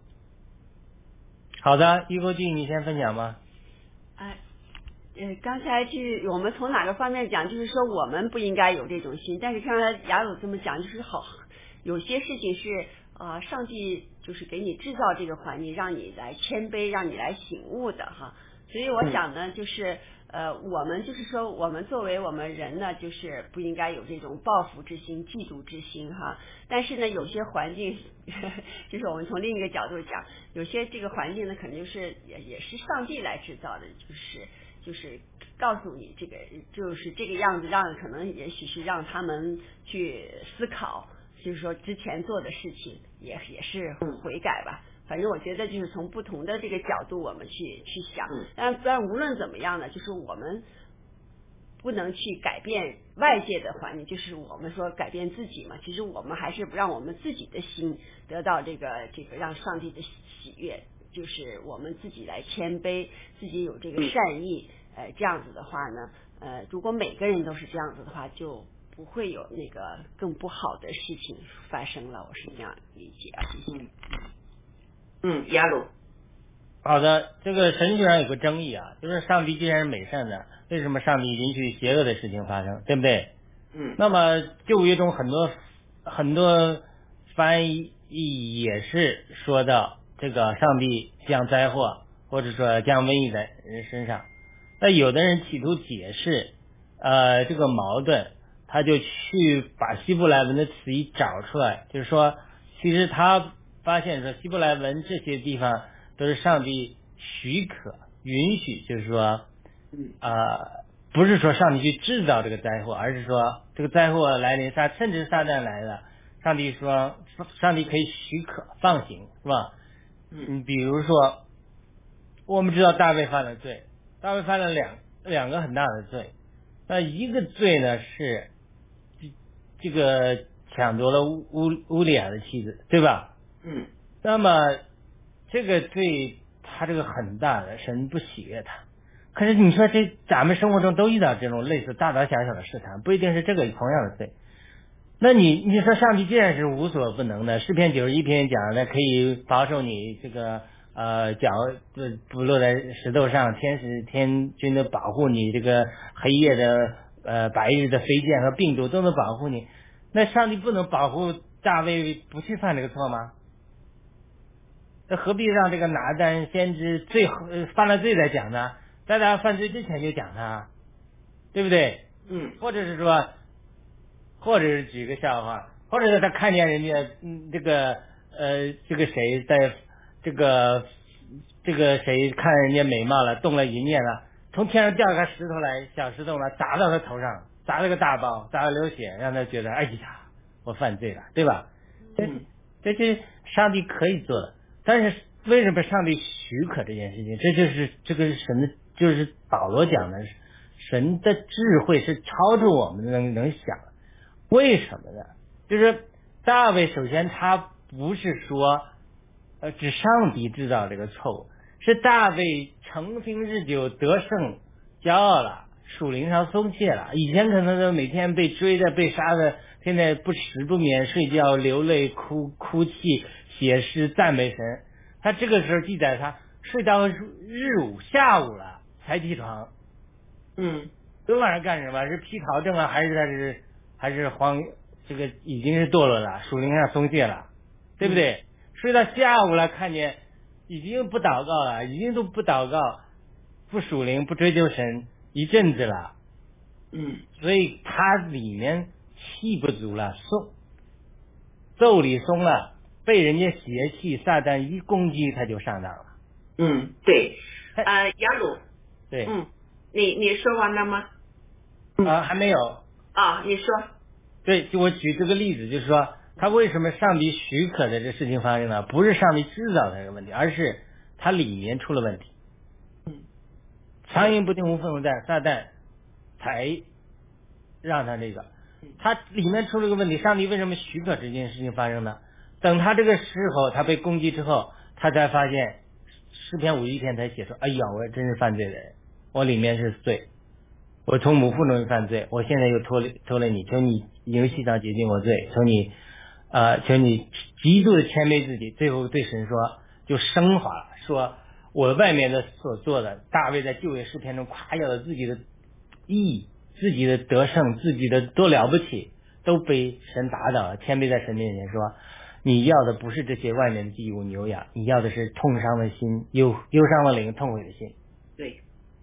[SPEAKER 1] 好的，一国际你先分享吧。
[SPEAKER 3] 哎，呃，刚才就是我们从哪个方面讲，就是说我们不应该有这种心，但是刚才雅鲁这么讲，就是好，有些事情是呃，上帝就是给你制造这个环境，让你来谦卑，让你来醒悟的哈。所以我想呢，就是呃，我们就是说，我们作为我们人呢，就是不应该有这种报复之心、嫉妒之心哈。但是呢，有些环境，就是我们从另一个角度讲，有些这个环境呢，可能就是也也是上帝来制造的，就是就是告诉你这个就是这个样子，让可能也许是让他们去思考，就是说之前做的事情也也是悔改吧。反正我觉得就是从不同的这个角度我们去去想，但但无论怎么样呢，就是我们不能去改变外界的环境，就是我们说改变自己嘛。其实我们还是不让我们自己的心得到这个这个让上帝的喜悦，就是我们自己来谦卑，自己有这个善意，呃，这样子的话呢，呃，如果每个人都是这样子的话，就不会有那个更不好的事情发生了。我是这样理解啊，谢谢。
[SPEAKER 2] 嗯，亚鲁。
[SPEAKER 1] 好的，这个神学上有个争议啊，就是上帝既然是美善的，为什么上帝允许邪恶的事情发生，对不对？
[SPEAKER 2] 嗯。
[SPEAKER 1] 那么旧约中很多很多翻译也是说到这个上帝降灾祸，或者说降瘟疫在人身上。那有的人企图解释呃这个矛盾，他就去把希伯来文的词义找出来，就是说其实他发现说希伯来文这些地方都是上帝许可允许，就是说呃不是说上帝去制造这个灾祸，而是说这个灾祸来临，撒甚至撒旦来了，上帝说上帝可以许可放行，是吧？嗯，比如说我们知道大卫犯了罪，大卫犯了两两个很大的罪，那一个罪呢是这个抢夺了乌乌乌利亚的妻子，对吧？
[SPEAKER 2] 嗯。
[SPEAKER 1] 那么这个罪他这个很大的，神不喜悦他。可是你说这咱们生活中都遇到这种类似大大小小的试探，不一定是这个同样的罪。那你你说上帝既然是无所不能的，诗篇九十一篇讲的可以保守你这个呃脚不不落在石头上，天使天军的保护你，这个黑夜的呃白日的飞剑和病毒都能保护你，那上帝不能保护大卫不去犯这个错吗？那何必让这个拿单先知罪犯了罪再讲呢？在他犯罪之前就讲他，对不对？
[SPEAKER 2] 嗯。
[SPEAKER 1] 或者是说，或者是举个笑话，或者是他看见人家嗯这个呃这个谁在这个这个谁看人家美貌了，动了淫念了，从天上掉个石头来，小石头了，砸到他头上，砸了个大包，砸了流血，让他觉得哎呀我犯罪了，对吧？
[SPEAKER 2] 嗯。
[SPEAKER 1] 这这是上帝可以做的。但是为什么上帝许可这件事情？这就是这个神的，就是保罗讲的，神的智慧是超出我们能能想的。为什么呢？就是大卫首先他不是说呃指上帝制造这个错误，是大卫成兵日久得胜骄傲了，属灵上松懈了。以前可能都每天被追的被杀的，现在不食不眠，睡觉流泪哭哭泣写诗赞美神。他这个时候记载他睡到日午下午了才起床。
[SPEAKER 2] 嗯。
[SPEAKER 1] 昨晚上干什么？是疲劳症啊，还是他是还是慌？这个已经是堕落了，属灵上松懈了，对不对？嗯、睡到下午了，看见已经不祷告了，已经都不祷告，不属灵，不追求神一阵子了。
[SPEAKER 2] 嗯。
[SPEAKER 1] 所以他里面气不足了，松咒里松了。被人家邪气撒旦一攻击，他就上当了。
[SPEAKER 2] 嗯，对，呃，雅鲁，
[SPEAKER 1] 对，
[SPEAKER 2] 嗯，你你说完了吗？
[SPEAKER 1] 啊，还没有。
[SPEAKER 2] 啊，你说。
[SPEAKER 1] 对，就我举这个例子，就是说，他为什么上帝许可的这事情发生呢？不是上帝制造的这个问题，而是他里面出了问题。
[SPEAKER 2] 嗯。
[SPEAKER 1] 苍蝇不听无缝蛋，撒旦才让他这个，他里面出了个问题。上帝为什么许可这件事情发生呢？等他这个时候，他被攻击之后，他才发现诗篇五十一篇才写出，哎呀，我真是犯罪的人，我里面是罪，我从母腹中犯罪，我现在又拖累拖累你，求你游戏上洁净我罪，求你呃，求你极度的谦卑自己，最后对神说，就升华了，说我外面的所做的，大卫在旧约诗篇中夸耀了自己的义，自己的得胜，自己的多了不起，都被神打倒了，谦卑在神面前说，你要的不是这些外面的祭物牛羊，你要的是痛伤的心，忧忧伤的灵，痛悔的心。
[SPEAKER 2] 对，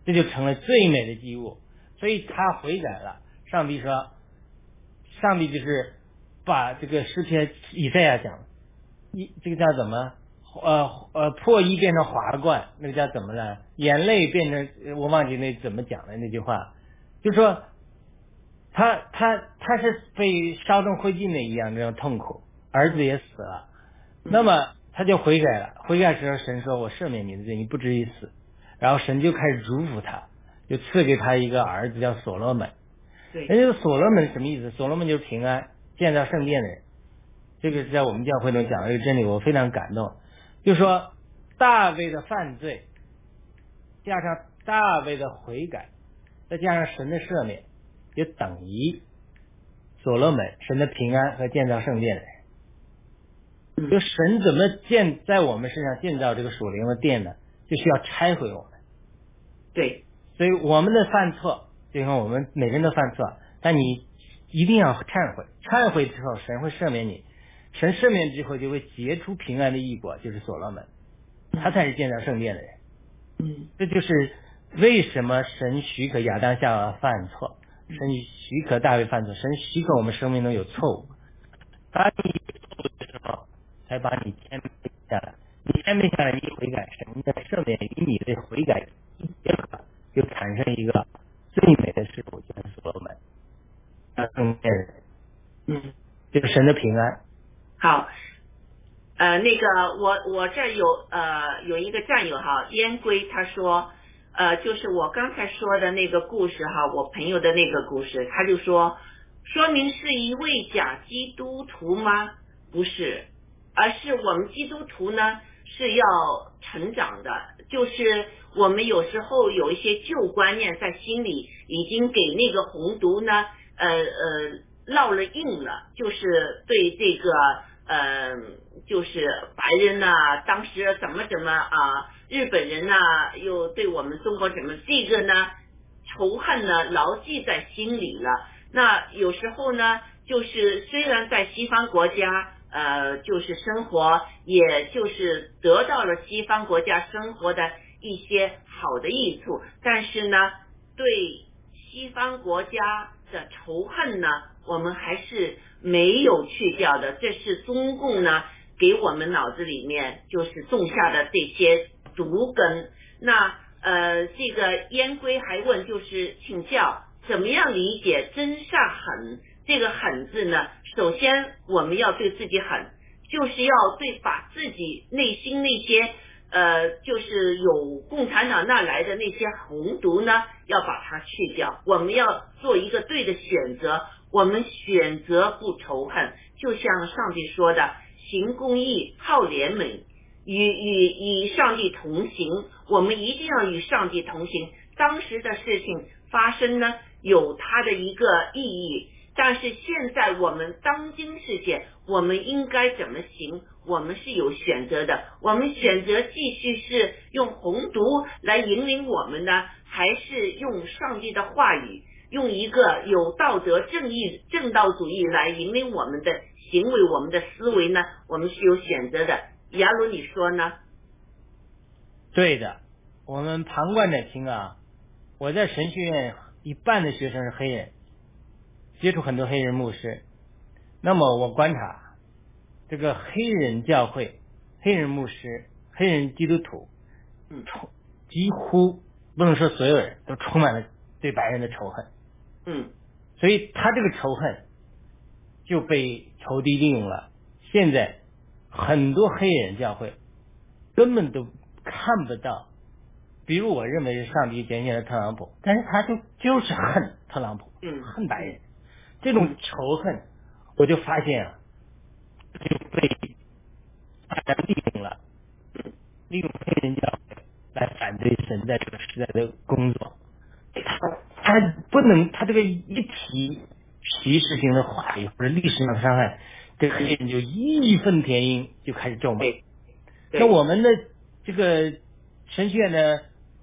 [SPEAKER 1] 这就成了最美的祭物。所以他悔改了，上帝说，上帝就是把这个诗篇以赛亚讲，一这个叫怎么呃呃破衣变成华冠，那个叫怎么了？眼泪变成我忘记那怎么讲的那句话，就说他他他是被烧成灰烬的一样这种痛苦，儿子也死了，那么他就悔改了，悔改时候神说我赦免你的罪，你不至于死，然后神就开始祝福他，就赐给他一个儿子叫所罗门。
[SPEAKER 2] 对，
[SPEAKER 1] 那这个所罗门什么意思？所罗门就是平安，建造圣殿的人。这个是在我们教会中讲的这个真理，我非常感动。就说大卫的犯罪，加上大卫的悔改，再加上神的赦免，就等于所罗门神的平安和建造圣殿的人。就神怎么建在我们身上建造这个属灵的殿呢？就需要拆毁我们。
[SPEAKER 2] 对，
[SPEAKER 1] 所以我们的犯错，就像我们每个人都犯错，但你一定要忏悔，忏悔之后神会赦免你，神赦免之后就会结出平安的义果，就是所罗门，他才是建造圣殿的人。
[SPEAKER 2] 嗯，
[SPEAKER 1] 这就是为什么神许可亚当夏娃犯错，神许可大卫犯错，神许可我们生命中有错误，当你错误的时候才把你谦卑下来，你谦卑下来，你悔改，神的赦免与你的悔改一结合，就产生一个最美的事物，就是所罗门啊，圣殿人，
[SPEAKER 2] 嗯，
[SPEAKER 1] 就是神的平安。
[SPEAKER 2] 好，呃，那个我我这儿有呃有一个战友哈，烟龟他说，呃，就是我刚才说的那个故事哈，我朋友的那个故事，他就说，说明是一位假基督徒吗？不是，而是我们基督徒呢是要成长的，就是我们有时候有一些旧观念在心里，已经给那个红毒呢，呃呃烙了印了，就是对这个呃就是白人呐、啊，当时怎么怎么啊，日本人呐、啊，又对我们中国怎么这个呢仇恨呢牢记在心里了。那有时候呢，就是虽然在西方国家。呃，就是生活，也就是得到了西方国家生活的一些好的益处，但是呢，对西方国家的仇恨呢，我们还是没有去掉的。这是中共呢给我们脑子里面就是种下的这些毒根。那呃，这个烟龟还问，就是请教怎么样理解真善狠？这个狠字呢，首先我们要对自己狠，就是要对把自己内心那些呃，就是有共产党那来的那些红毒呢，要把它去掉。我们要做一个对的选择，我们选择不仇恨，就像上帝说的，行公义，好怜悯，与与与上帝同行。我们一定要与上帝同行。当时的事情发生呢，有它的一个意义。但是现在我们当今世界，我们应该怎么行？我们是有选择的。我们选择继续是用红毒来引领我们呢，还是用上帝的话语，用一个有道德正义正道主义来引领我们的行为，我们的思维呢？我们是有选择的。雅鲁，你说呢？
[SPEAKER 1] 对的，我们旁观者清啊。我在神学院一半的学生是黑人，接触很多黑人牧师，那么我观察这个黑人教会、黑人牧师、黑人基督徒，
[SPEAKER 2] 嗯，
[SPEAKER 1] 几乎不能说所有人都充满了对白人的仇恨，
[SPEAKER 2] 嗯，
[SPEAKER 1] 所以他这个仇恨就被仇敌利用了。现在很多黑人教会根本都看不到，比如我认为是上帝拣选了特朗普，但是他就就是恨特朗普，
[SPEAKER 2] 嗯，
[SPEAKER 1] 恨白人。这种仇恨，我就发现啊，就被大家利用了，利用黑人教会来反对神在这个时代的工作。他他不能，他这个一提歧视性的话语或者历史上的伤害，这个黑人就义愤填膺，就开始咒骂。那我们的这个神学院的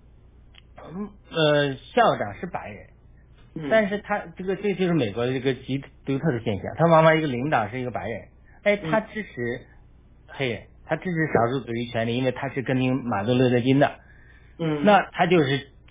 [SPEAKER 1] 呃校长是白人。但是他这个这就是美国的这个极独特的现象，他妈妈一个领导是一个白人，哎，他支持黑人，他支持少数族裔权利，因为他是跟听马丁路德金的，
[SPEAKER 2] 嗯，
[SPEAKER 1] 那他就是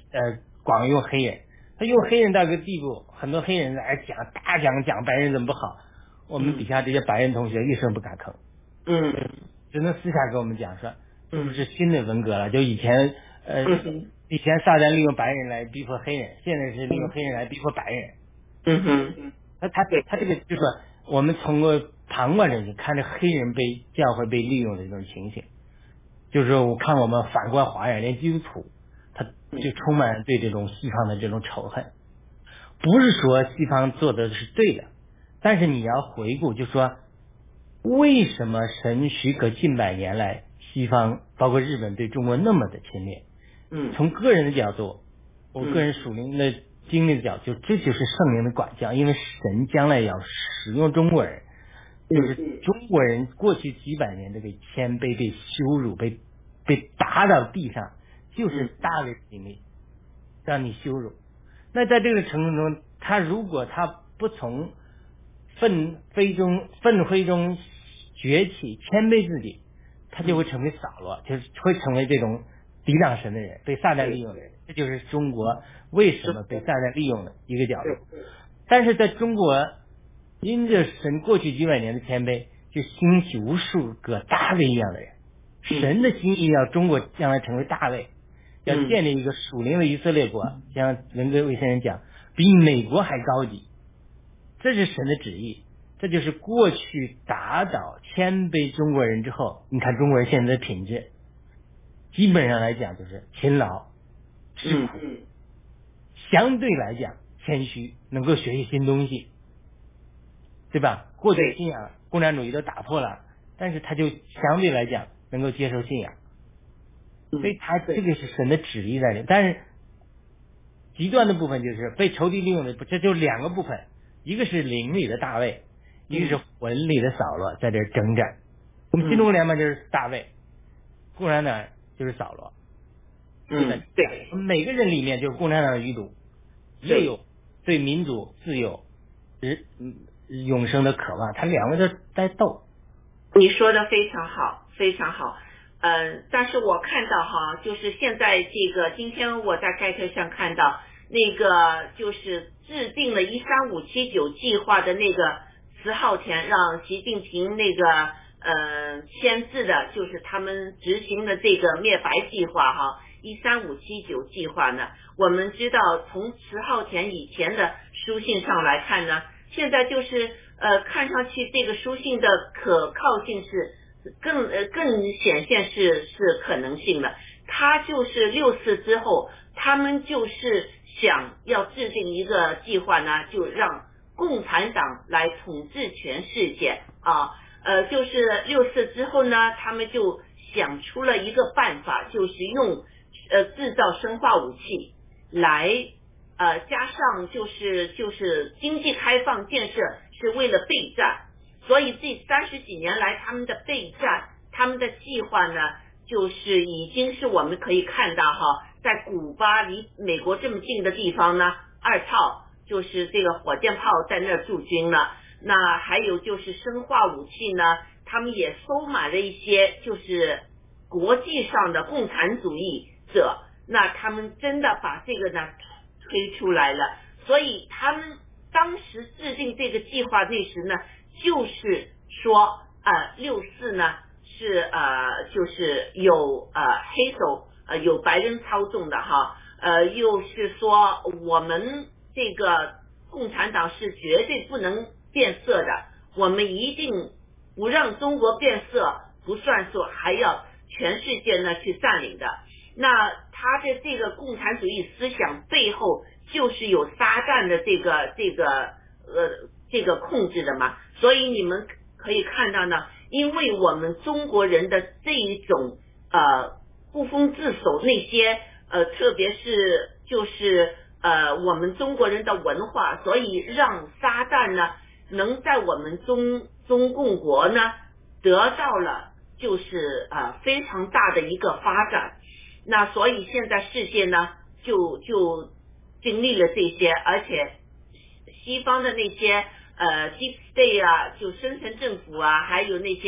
[SPEAKER 1] 呃广用黑人，他用黑人到个地步，很多黑人来讲大讲讲白人怎么不好，我们底下这些白人同学一声不敢吭，
[SPEAKER 2] 嗯，
[SPEAKER 1] 只能私下跟我们讲说，是不是新的文革了？就以前呃以前撒旦利用白人来逼迫黑人，现在是利用黑人来逼迫白人。
[SPEAKER 2] 嗯哼，
[SPEAKER 1] 他他他这个就是我们从个旁观者去看着黑人被教会被利用的这种情形，就是我看我们反观华人，连基督徒他就充满对这种西方的这种仇恨。不是说西方做的是对的，但是你要回顾，就说为什么神许可近百年来西方包括日本对中国那么的侵略？
[SPEAKER 2] 嗯，
[SPEAKER 1] 从个人的角度，我个人属灵的经历的角度，这就是圣灵的管教，因为神将来要使用中国人，就是中国人过去几百年这个谦卑被羞辱被被打到地上，就是大卫的经历让你羞辱。那在这个程度中，他如果他不从愤非中愤灰中崛起，谦卑自己，他就会成为扫罗，就是会成为这种抵挡神的人，被撒旦利用的人。这就是中国为什么被撒旦利用的一个角度。但是在中国，因着神过去几百年的谦卑，就兴起无数个大卫一样的人。神的心意要中国将来成为大卫，要建立一个属灵的以色列国，像文革卫先生讲，比美国还高级。这是神的旨意，这就是过去打倒谦卑中国人之后，你看中国人现在的品质，基本上来讲就是勤劳、吃苦，相对来讲谦虚，能够学习新东西，对吧？过去信仰共产主义都打破了，但是他就相对来讲能够接受信仰，所以他这个是神的旨意在里。但是极端的部分就是被仇敌利用的，这就两个部分，一个是灵里的大卫，一个是魂里的扫罗，在这征战。我们新中国联盟就是大卫，共产党就是扫罗。
[SPEAKER 2] 嗯，对，
[SPEAKER 1] 每个人里面就是共产党的余毒，也有对民主自由、日永生的渴望，他两个都在斗。
[SPEAKER 2] 你说的非常好，非常好。嗯、呃，但是我看到哈，就是现在这个今天我在盖特上看到那个就是制定了一三五七九计划的那个慈浩田让习近平那个呃签字的，就是他们执行的这个灭白计划哈，一三五七九计划呢，我们知道从慈浩田以前的书信上来看呢，现在就是呃看上去这个书信的可靠性是更呃更显现是是可能性的。他就是六四之后，他们就是想要制定一个计划呢，就让共产党来统治全世界啊。呃，就是六四之后呢，他们就想出了一个办法，就是用呃制造生化武器来呃加上就是就是经济开放建设是为了备战。所以这三十几年来他们的备战，他们的计划呢，就是已经是我们可以看到哈，在古巴离美国这么近的地方呢，二套就是这个火箭炮在那儿驻军了。那还有就是生化武器呢，他们也收买了一些就是国际上的共产主义者，那他们真的把这个呢推出来了。所以他们当时制定这个计划那时呢，就是说呃六四呢是呃就是有呃黑手呃有白人操纵的哈，呃又是说我们这个共产党是绝对不能变色的，我们一定不让中国变色，不算数，还要全世界呢去占领的。那他的这个共产主义思想背后就是有撒旦的这个这个呃这个控制的嘛。所以你们可以看到呢，因为我们中国人的这一种呃不封自守，那些呃特别是就是呃我们中国人的文化，所以让撒旦呢能在我们中中共国呢得到了就是呃非常大的一个发展。那所以现在世界呢就就经历了这些，而且西方的那些呃 deep state 啊，就深层政府啊，还有那些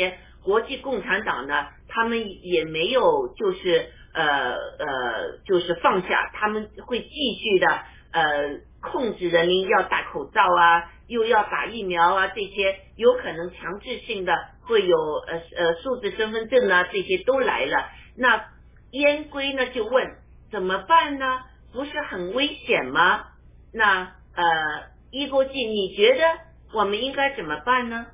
[SPEAKER 2] 国际共产党呢，他们也没有就是呃呃就是放下，他们会继续的呃控制人民要戴口罩啊，又要打疫苗啊，这些有可能强制性的会有呃呃数字身份证啊，这些都来了。那燕归呢就问怎么办呢？不是很危险吗？那呃一国际，你觉得我们应该怎么办呢？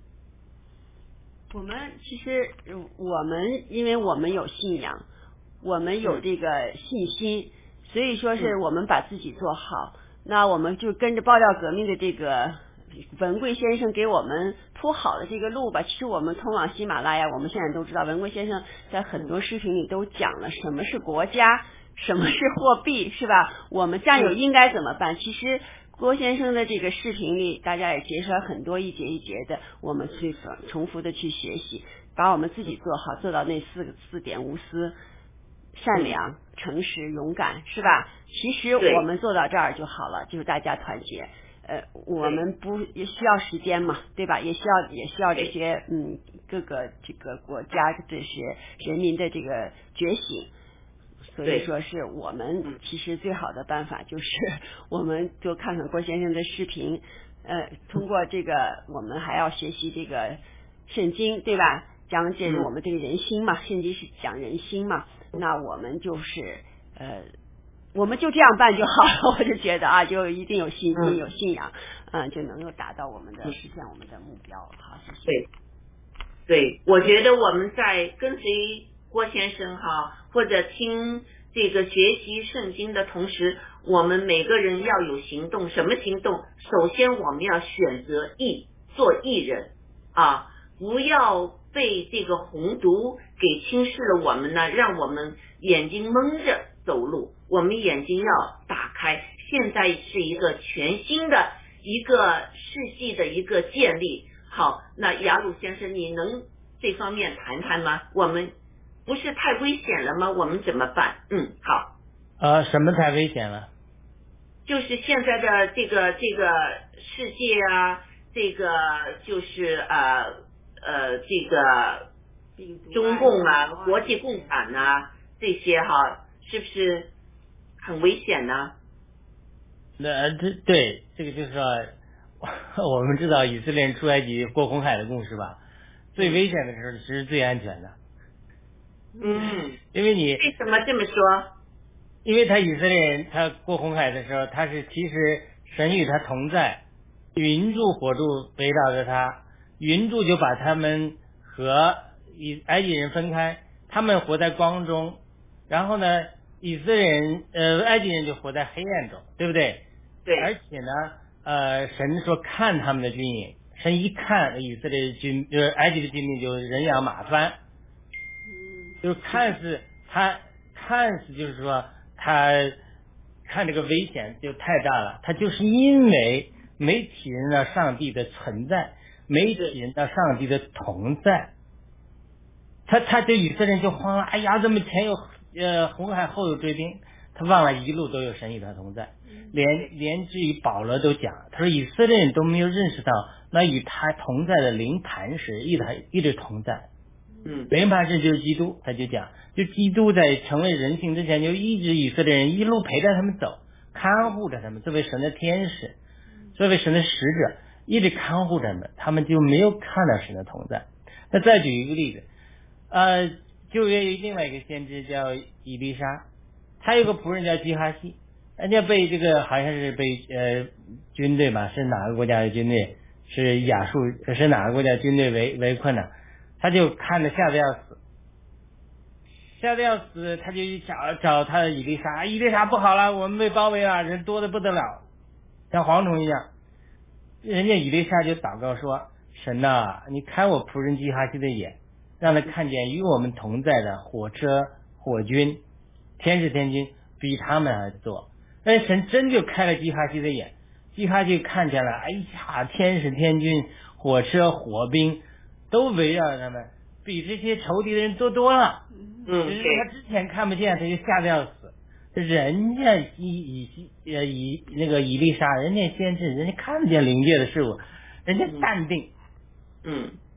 [SPEAKER 3] 我们其实我们因为我们有信仰，我们有这个信心，所以说是我们把自己做好。那我们就跟着爆料革命的这个文贵先生给我们铺好的这个路吧。其实我们通往喜马拉雅，我们现在都知道，文贵先生在很多视频里都讲了什么是国家，什么是货币，是吧？我们战友应该怎么办？其实郭先生的这个视频里，大家也结出来很多一节一节的，我们去重复的去学习，把我们自己做好，做到那四个四点：无私、善良、诚实、勇敢，是吧？其实我们做到这儿就好了，就是大家团结。呃，我们不也需要时间嘛，对吧？也需要也需要这些嗯各个这个国家这些人民的这个觉醒。所以说是我们其实最好的办法就是我们就看看郭先生的视频，呃，通过这个我们还要学习这个圣经，对吧？讲解我们这个人心嘛，圣经是讲人心嘛，那我们就是呃，我们就这样办就好了。我就觉得啊，就一定有信心、有信仰，嗯，就能够达到我们的实现我们的目标。好，谢谢。
[SPEAKER 2] 对，对，我觉得我们在跟随郭先生哈，或者听这个学习圣经的同时，我们每个人要有行动。什么行动？首先我们要选择义，做义人啊，不要被这个红毒给侵蚀了我们呢，让我们眼睛蒙着走路。我们眼睛要打开，现在是一个全新的一个世纪的一个建立。好，那雅鲁先生，你能这方面谈谈吗？我们不是太危险了吗？我们怎么办？嗯，好。
[SPEAKER 1] 呃，什么太危险了？
[SPEAKER 2] 就是现在的这个这个世界啊，这个就是呃呃这个中共啊，国际共产啊这些哈，是不是很危险呢？
[SPEAKER 1] 那这对这个就是说，我们知道以色列人出埃及过红海的故事吧？最危险的时候其实最安全的。
[SPEAKER 2] 嗯，
[SPEAKER 1] 因为你
[SPEAKER 2] 为什么这么说？
[SPEAKER 1] 因为他以色列人他过红海的时候，他是其实神与他同在，云柱火柱围绕着他，云柱就把他们和以埃及人分开，他们活在光中，然后呢，以色列人呃埃及人就活在黑暗中，对不对？
[SPEAKER 2] 对。
[SPEAKER 1] 而且呢，呃，神说看他们的军营，神一看以色列军呃埃及的军兵就人仰马翻。就是看似他看似就是说他看这个危险就太大了，他就是因为没体认到上帝的存在，没体认到上帝的同在，他他对以色列人就慌了，哎呀，这么前有呃红海后有追兵，他忘了一路都有神与他同在，连连至于保罗都讲，他说以色列人都没有认识到那与他同在的灵磐石一直一直同在。
[SPEAKER 2] 嗯，
[SPEAKER 1] 灵磐石就是基督，他就讲，就基督在成为人性之前，就一直以色列人一路陪着他们走，看护着他们，作为神的天使，作为神的使者，一直看护着他们，他们就没有看到神的同在。那再举一个例子，呃，旧约有另外一个先知叫以利沙，他有个仆人叫基哈西，人家被这个好像是被呃军队吧，是哪个国家的军队？是亚述，是哪个国家军队围围困呢？他就看着吓得要死，吓得要死，他就找找他的以利沙，以利沙不好了，我们被包围了，人多的不得了，像蝗虫一样。人家以利沙就祷告说：神呐，你开我仆人基哈西的眼，让他看见与我们同在的火车、火军、天使天军比他们还多。但神真就开了基哈西的眼，基哈西看见了，哎呀，天使天军、火车、火兵都围绕着他们，比这些仇敌的人多多了。
[SPEAKER 2] 嗯，
[SPEAKER 1] 只是他之前看不见，他就吓得要死。人家以以呃以那个以利沙，人家先知，人家看不见灵界的事物，人家淡定。
[SPEAKER 2] 嗯，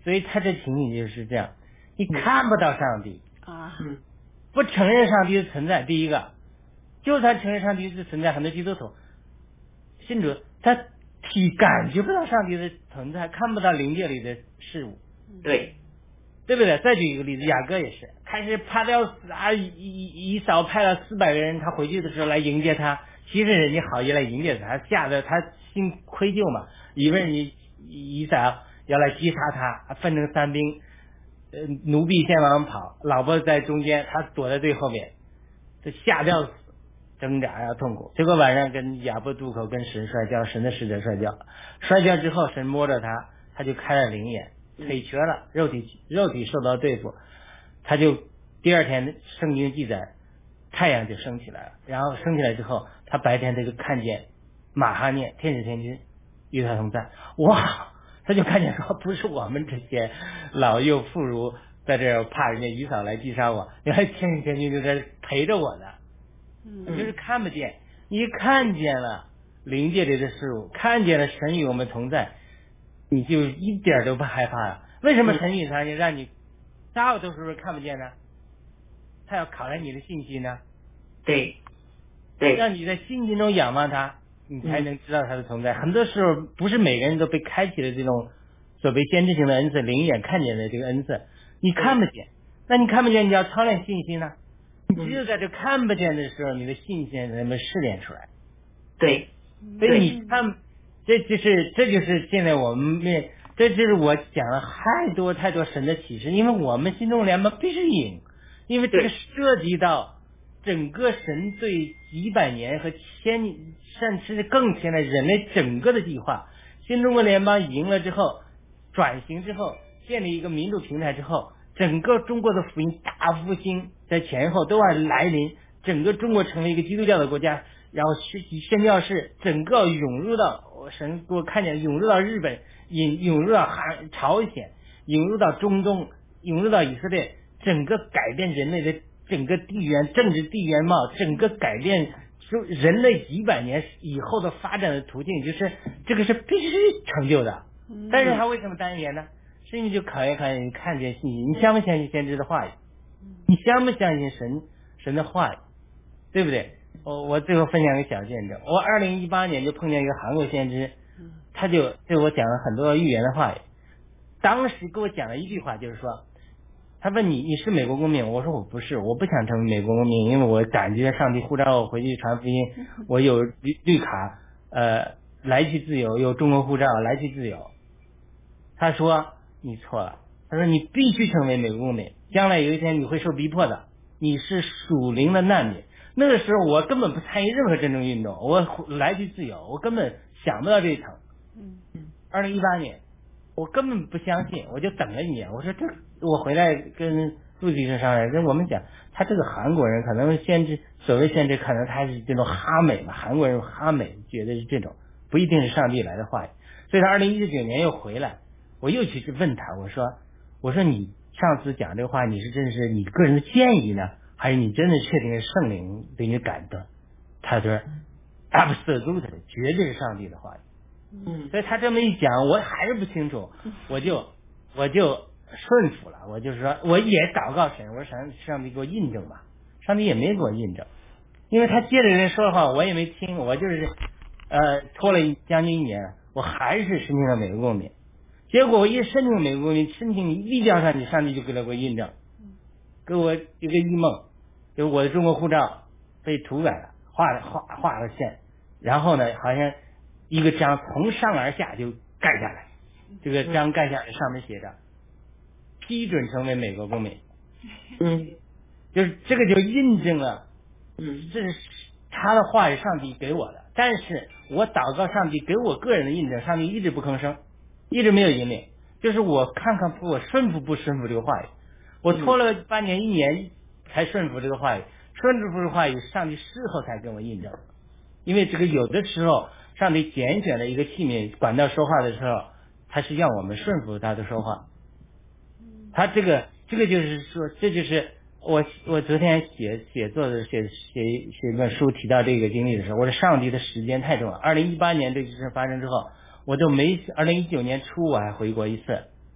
[SPEAKER 1] 所以他这情景就是这样，你看不到上帝
[SPEAKER 3] 啊，
[SPEAKER 2] 嗯，
[SPEAKER 1] 不承认上帝的存在。第一个，就算承认上帝的存在，很多基督徒信主他体感觉不到上帝的存在，看不到灵界里的事物，
[SPEAKER 2] 对，
[SPEAKER 1] 对不对？再举一个例子，雅各也是，开始怕的要死啊，以以以扫派了四百个人，他回去的时候来迎接他，其实人家好意来迎接他，吓得他心愧疚嘛，以为你以扫要来击杀他，分成三兵，呃，奴婢先往跑，老婆在中间，他躲在最后面，这吓得要死，挣扎呀痛苦。结果晚上跟亚伯渡口跟神摔跤，神的使者摔跤，摔跤之后神摸着他，他就开了灵眼，腿瘸了，肉体肉体受到对付，他就第二天圣经记载太阳就升起来了，然后升起来之后，他白天他就看见马哈念天使天君与他同在，哇，他就看见说不是我们这些老幼妇孺在这儿怕人家以扫来击杀我，原来天使天君就在陪着我的，
[SPEAKER 3] 嗯，
[SPEAKER 1] 就是看不见，你看见了灵界里的事物，看见了神与我们同在，你就一点都不害怕了。为什么神与他让你大多数时候看不见呢？他要考验你的信心呢，
[SPEAKER 2] 对，对，
[SPEAKER 1] 让你在信心中仰望他，你才能知道他的存在。嗯、很多时候不是每个人都被开启了这种所谓先知性的恩赐，灵眼看见的这个恩赐，你看不见，那你看不见，你要操练信心呢。你只有在这看不见的时候，你的信心才能试炼出来。
[SPEAKER 2] 对，
[SPEAKER 1] 所以你看，这就是这就是现在我们面，这就是我讲了太多太多神的启示，因为我们心中联盟必须赢，因为这个涉及到整个神对几百年和千甚至更前的人类整个的计划。新中国联邦赢了之后，转型之后，建立一个民主平台之后，整个中国的福音大复兴在前后都要来临，整个中国成为一个基督教的国家，然后宣教士整个涌入到神给我看见涌入到日本，引涌入到韩朝鲜，涌入到中东，涌入到以色列，整个改变人类的整个地缘政治地缘貌，整个改变人类几百年以后的发展的途径，就是这个是必须成就的。但是他为什么单言呢？是因为就考验考验你看见信息，你相不相信先知的话语？你相不相信神神的话语？对不对？我我最后分享一个小见证，我二零一八年就碰见一个韩国先知，他就对我讲了很多预言的话语。当时给我讲了一句话，就是说，他问你你是美国公民？我说我不是，我不想成为美国公民，因为我感觉上帝呼召我回去传福音，我有绿绿卡，呃，来去自由，有中国护照，来去自由。他说你错了，他说你必须成为美国公民，将来有一天你会受逼迫的，你是属灵的难民。那个时候我根本不参与任何真正运动，我来去自由，我根本想不到这一层。二零一八年我根本不相信，我就等了一年，我说这我回来跟陆医生商量，跟我们讲，他这个韩国人可能先知，所谓先知可能他是这种哈美嘛，韩国人哈美觉得是这种，不一定是上帝来的话语，所以他二零一九年又回来，我又去问他，我说我说你上次讲这个话，你是真是你个人的建议呢，还是你真的确定是圣灵对你感动？他说 absolutely 绝对是上帝的话语。嗯，所以他这么一讲，我还是不清楚，我就我就顺服了，我就说我也祷告神，我说上上帝给我印证吧，上帝也没给我印证，因为他接着人说的话我也没听，我就是呃拖了将近一年，我还是申请了美国公民，结果我一申请美国公民，申请递交上去，上帝就给了我印证，给我一个异梦，就我的中国护照被涂改了，画了画画了线，然后呢好像一个章从上而下就盖下来，这个章盖下来上面写着批准成为美国公民。嗯，就是这个就印证了，嗯，这是他的话语，上帝给我的。但是我祷告上帝给我个人的印证，上帝一直不吭声，一直没有引领，就是我看看我顺服不顺服这个话语。我拖了半年一年才顺服这个话语，顺服这个话语，上帝事后才跟我印证。因为这个有的时候上帝拣选了一个器皿管道说话的时候，他是让我们顺服他的说话。他这个这个就是说，这就是我我昨天写写作的写写写一本书提到这个经历的时候，我说上帝的时间太重要。二零一八年这件事发生之后，我都没二零一九年初我还回国一次，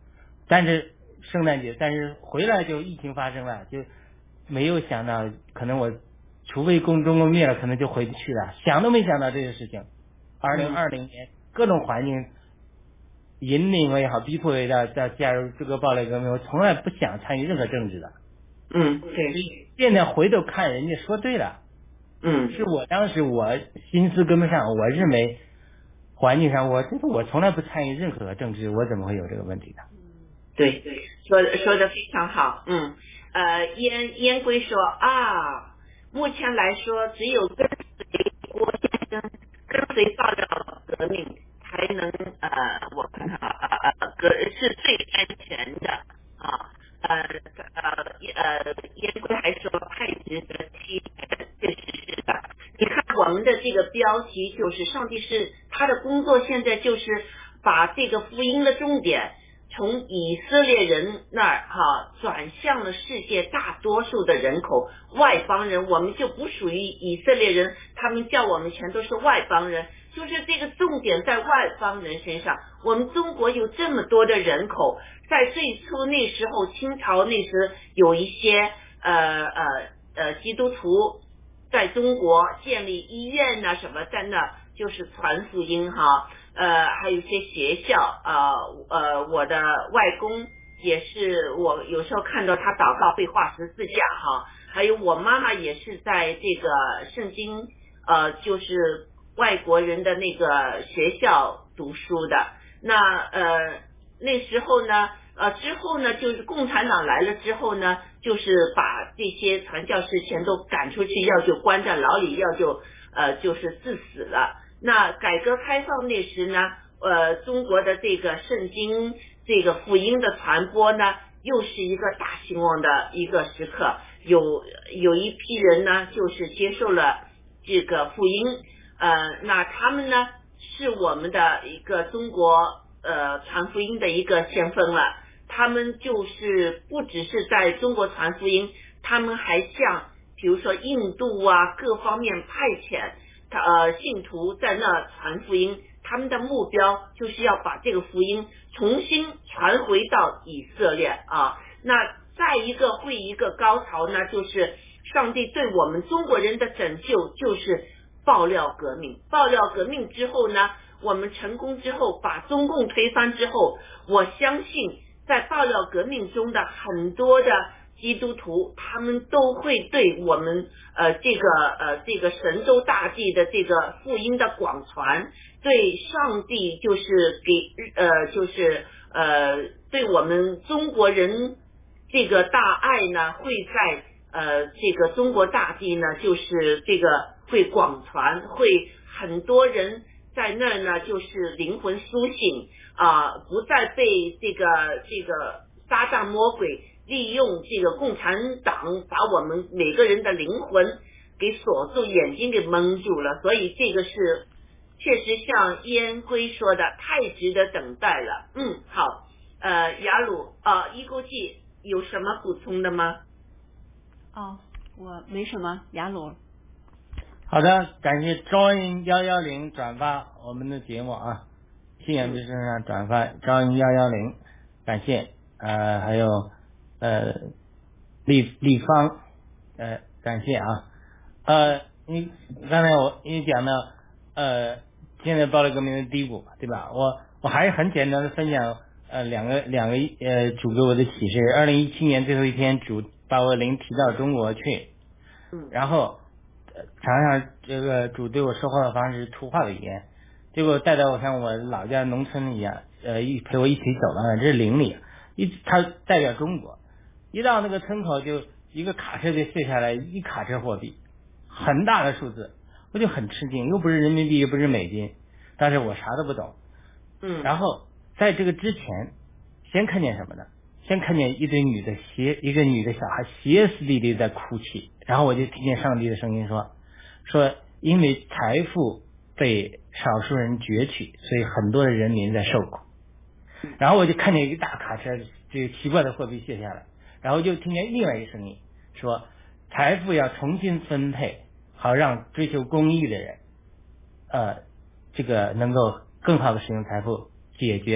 [SPEAKER 1] 但是圣诞节，但是回来就疫情发生了，就没有想到，可能我除非中中国灭了，可能就回不去了，想都没想到这个事情。二零二零年各种环境引领我也好，逼迫我也好，要加入这个暴力革命，我从来不想参与任何政治的。
[SPEAKER 2] 嗯，对。
[SPEAKER 1] 现在回头看，人家说对了。
[SPEAKER 2] 嗯，
[SPEAKER 1] 是我当时我心思跟不上，我认为环境上我这个我从来不参与任何政治，我怎么会有这个问题呢？
[SPEAKER 2] 对对，说说的非常好。嗯，呃，燕燕归说啊，目前来说只有跟随郭先生，跟随爆料革命，才能呃，我看看啊呃革是最安全的啊。呃呃呃，燕归还说太值得期待，确实是的。你看我们的这个标题就是上帝是他的工作，现在就是把这个福音的重点从以色列人那儿哈转向了世界大多数的人口，外邦人我们就不属于以色列人，他们叫我们全都是外邦人，就是这个重点在外邦人身上。我们中国有这么多的人口，在最初那时候清朝那时有一些呃呃呃基督徒在中国建立医院呐、啊、什么，在那就是传福音哈。呃，还有一些学校，呃呃，我的外公也是，我有时候看到他祷告会画十字架哈，还有我妈妈也是在这个圣经，呃，就是外国人的那个学校读书的。那呃那时候呢，呃之后呢，就是共产党来了之后呢，就是把这些传教士全都赶出去，要就关在牢里，要就呃就是致死了。那改革开放那时呢，呃，中国的这个圣经这个福音的传播呢，又是一个大兴旺的一个时刻。有有一批人呢，就是接受了这个福音，呃，那他们呢，是我们的一个中国呃传福音的一个先锋了。他们就是不只是在中国传福音，他们还向比如说印度啊各方面派遣。呃，信徒在那传福音，他们的目标就是要把这个福音重新传回到以色列啊。那再一个会一个高潮呢，就是上帝对我们中国人的拯救，就是爆料革命。爆料革命之后呢，我们成功之后，把中共推翻之后，我相信在爆料革命中的很多的基督徒，他们都会对我们呃这个呃这个神州大地的这个福音的广传，对上帝就是给呃就是呃对我们中国人这个大爱呢，会在呃这个中国大地呢，就是这个会广传，会很多人在那儿呢，就是灵魂苏醒啊、呃，不再被这个这个撒旦魔鬼利用这个共产党把我们每个人的灵魂给锁住，眼睛给蒙住了。所以这个是确实像燕归说的，太值得等待了。嗯，好，呃，雅鲁啊，一勾记有什么补充的吗？
[SPEAKER 3] 哦，我没什么，雅鲁。
[SPEAKER 1] 好的，感谢 Join 幺幺零转发我们的节目啊，信仰之声上转发 Join 幺幺零，感谢。呃，还有呃立立方，呃，感谢啊。呃，你刚才我你讲到呃，现在暴力革命的低谷，对吧？我我还是很简单的分享呃两个两个呃主给我的启示。二零一七年最后一天，主把我领提到中国去，然后常常这个主对我说话的方式是图画的语言，结果带到我像我老家农村一样，呃，一陪我一起走到那，这是邻里，一他代表中国，一到那个村口就一个卡车就卸下来一卡车货币，很大的数字，我就很吃惊，又不是人民币，又不是美金，但是我啥都不懂。
[SPEAKER 2] 嗯，
[SPEAKER 1] 然后在这个之前，先看见什么呢？先看见一堆女的歇，一个女的小孩歇斯底里在哭泣，然后我就听见上帝的声音说，说因为财富被少数人攫取，所以很多的人民在受苦。然后我就看见一个大卡车，这个奇怪的货币卸下来，然后就听见另外一个声音说，财富要重新分配，好让追求公益的人，呃，这个能够更好的使用财富，解决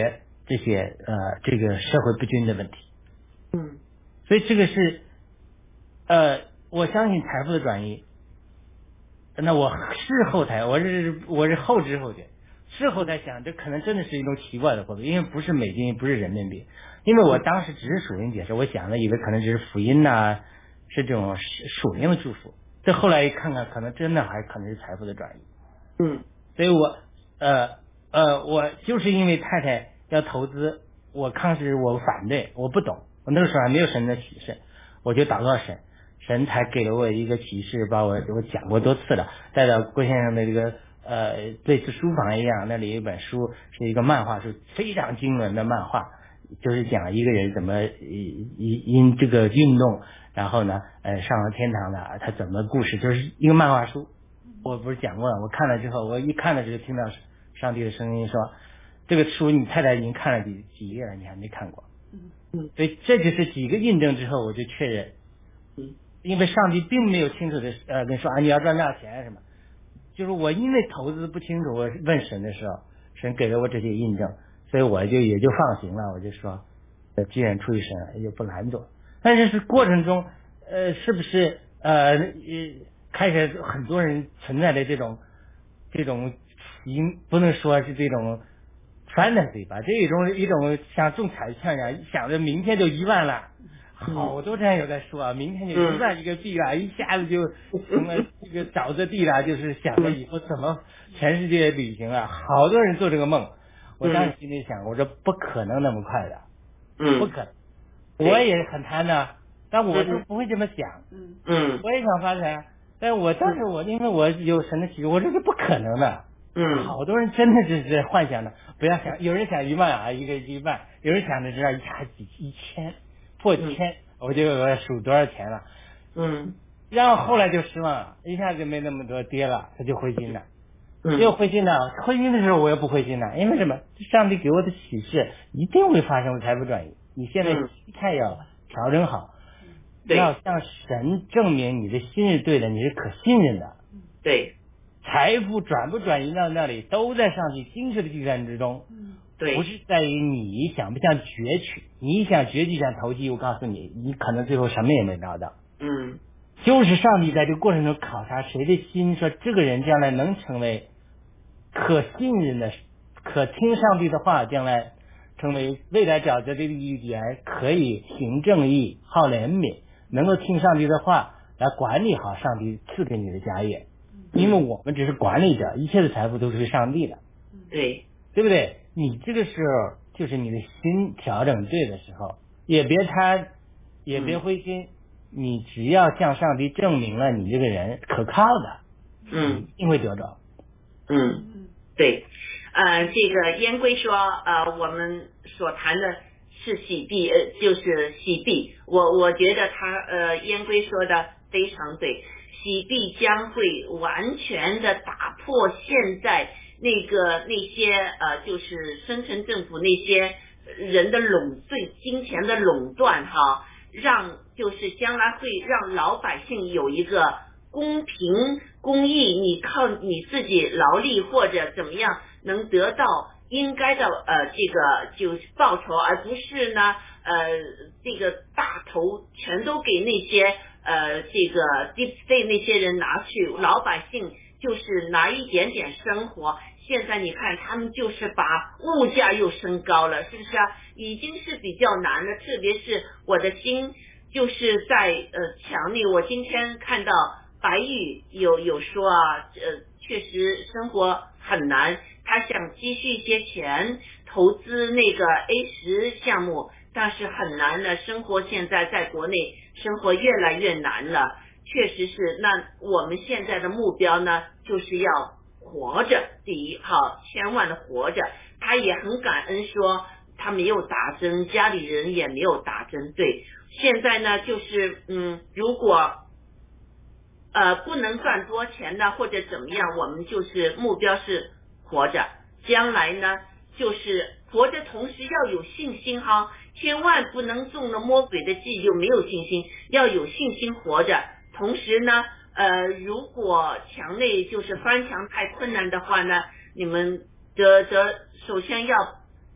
[SPEAKER 1] 这些呃这个社会不均的问题。
[SPEAKER 2] 嗯，
[SPEAKER 1] 所以这个是呃我相信财富的转移。那我事后才，我是我是后知后觉，事后才想，这可能真的是一种奇怪的货币，因为不是美金，不是人民币。因为我当时只是属灵解释，我想了以为可能只是福音呐、啊，是这种属灵的祝福。这后来一看看，可能真的还可能是财富的转移。
[SPEAKER 2] 嗯，
[SPEAKER 1] 所以我呃呃，我就是因为太太要投资，我抗时我反对，我不懂，我那个时候还没有神的启示，我就祷告神。神才给了我一个启示，把我我讲过多次了，带到郭先生的这个呃类似书房一样，那里有一本书是一个漫画书，非常经文的漫画，就是讲一个人怎么因因这个运动，然后呢呃上了天堂的，他怎么故事，就是一个漫画书。我不是讲过了，我看了之后，我一看了之后听到上帝的声音说，这个书你太太已经看了几几页了，你还没看过。
[SPEAKER 2] 嗯，
[SPEAKER 1] 所以这就是几个印证之后，我就确认。
[SPEAKER 2] 嗯，
[SPEAKER 1] 因为上帝并没有清楚的呃跟说啊你要赚多少钱什么，就是我因为投资不清楚，我问神的时候，神给了我这些印证，所以我就也就放行了，我就说，呃既然出于神，也就不拦阻。但是是过程中，呃是不是呃呃开始很多人存在的这种这种因不能说是这种 fantasy 吧，这一种一种像中彩票一样，想着明天就一万了。好多人有在说啊，明天就一万一个币了，一下子就成了这个沼泽地了，就是想着以后怎么全世界旅行啊，好多人做这个梦。我当时心里想，我说不可能那么快的，
[SPEAKER 2] 嗯，
[SPEAKER 1] 不可能。我也很贪的，但我就不会这么想。
[SPEAKER 3] 嗯
[SPEAKER 2] 嗯，
[SPEAKER 1] 我也想发财，但我当时我因为我有神的启示，我说这不可能的。
[SPEAKER 2] 嗯，
[SPEAKER 1] 好多人真的是在幻想的，不要想，有人想一万啊，一个一万，有人想着知道一下几一千。破千，我就我数多少钱了，
[SPEAKER 2] 嗯，
[SPEAKER 1] 然后后来就失望了，一下就没那么多跌了，他就灰心了，
[SPEAKER 2] 嗯，
[SPEAKER 1] 又灰心了，灰心的时候我又不灰心了，因为什么？上帝给我的启示一定会发生财富转移，你现在心态要调整好，要向神证明你的心是对的，你是可信任的，
[SPEAKER 2] 对，
[SPEAKER 1] 财富转不转移到那里，都在上帝精确的计算之中。
[SPEAKER 2] 对，
[SPEAKER 1] 不是在于你想不想攫取，你想攫取想投机，我告诉你，你可能最后什么也没捞到。
[SPEAKER 2] 嗯，
[SPEAKER 1] 就是上帝在这个过程中考察谁的心，说这个人将来能成为可信任的、可听上帝的话，将来成为未来沼泽的预言，可以行正义、好怜悯，能够听上帝的话来管理好上帝赐给你的家业。因为我们只是管理者，一切的财富都是上帝的。
[SPEAKER 2] 对，
[SPEAKER 1] 对不对？你这个时候就是你的心调整对的时候，也别贪，也别灰心，嗯、你只要向上帝证明了你这个人可靠的，
[SPEAKER 2] 嗯，
[SPEAKER 1] 一定会得着。
[SPEAKER 2] 嗯，对，呃，这个烟龟说，呃，我们所谈的是洗币，呃，就是洗币。我我觉得他呃，烟龟说的非常对，洗币将会完全的打破现在。那个那些呃，就是深层政府那些人的垄对金钱的垄断哈，让就是将来会让老百姓有一个公平公益，你靠你自己劳力或者怎么样能得到应该的呃这个就是报酬，而不是呢呃这个大头全都给那些呃这个 deep state 那些人拿去，老百姓就是拿一点点生活。现在你看他们就是把物价又升高了，是不是啊？已经是比较难了，特别是我的心就是在呃墙里。我今天看到白玉有有说啊，呃确实生活很难，他想积蓄一些钱投资那个 A 十项目，但是很难了，生活现在在国内生活越来越难了，确实是。那我们现在的目标呢，就是要活着，第一好，千万的活着。他也很感恩说他没有打针，家里人也没有打针。对，现在呢就是嗯，如果呃不能赚多钱呢或者怎么样，我们就是目标是活着。将来呢就是活着，同时要有信心哈，千万不能中了魔鬼的计就没有信心，要有信心活着。同时呢呃，如果墙内就是翻墙太困难的话呢，你们得得首先要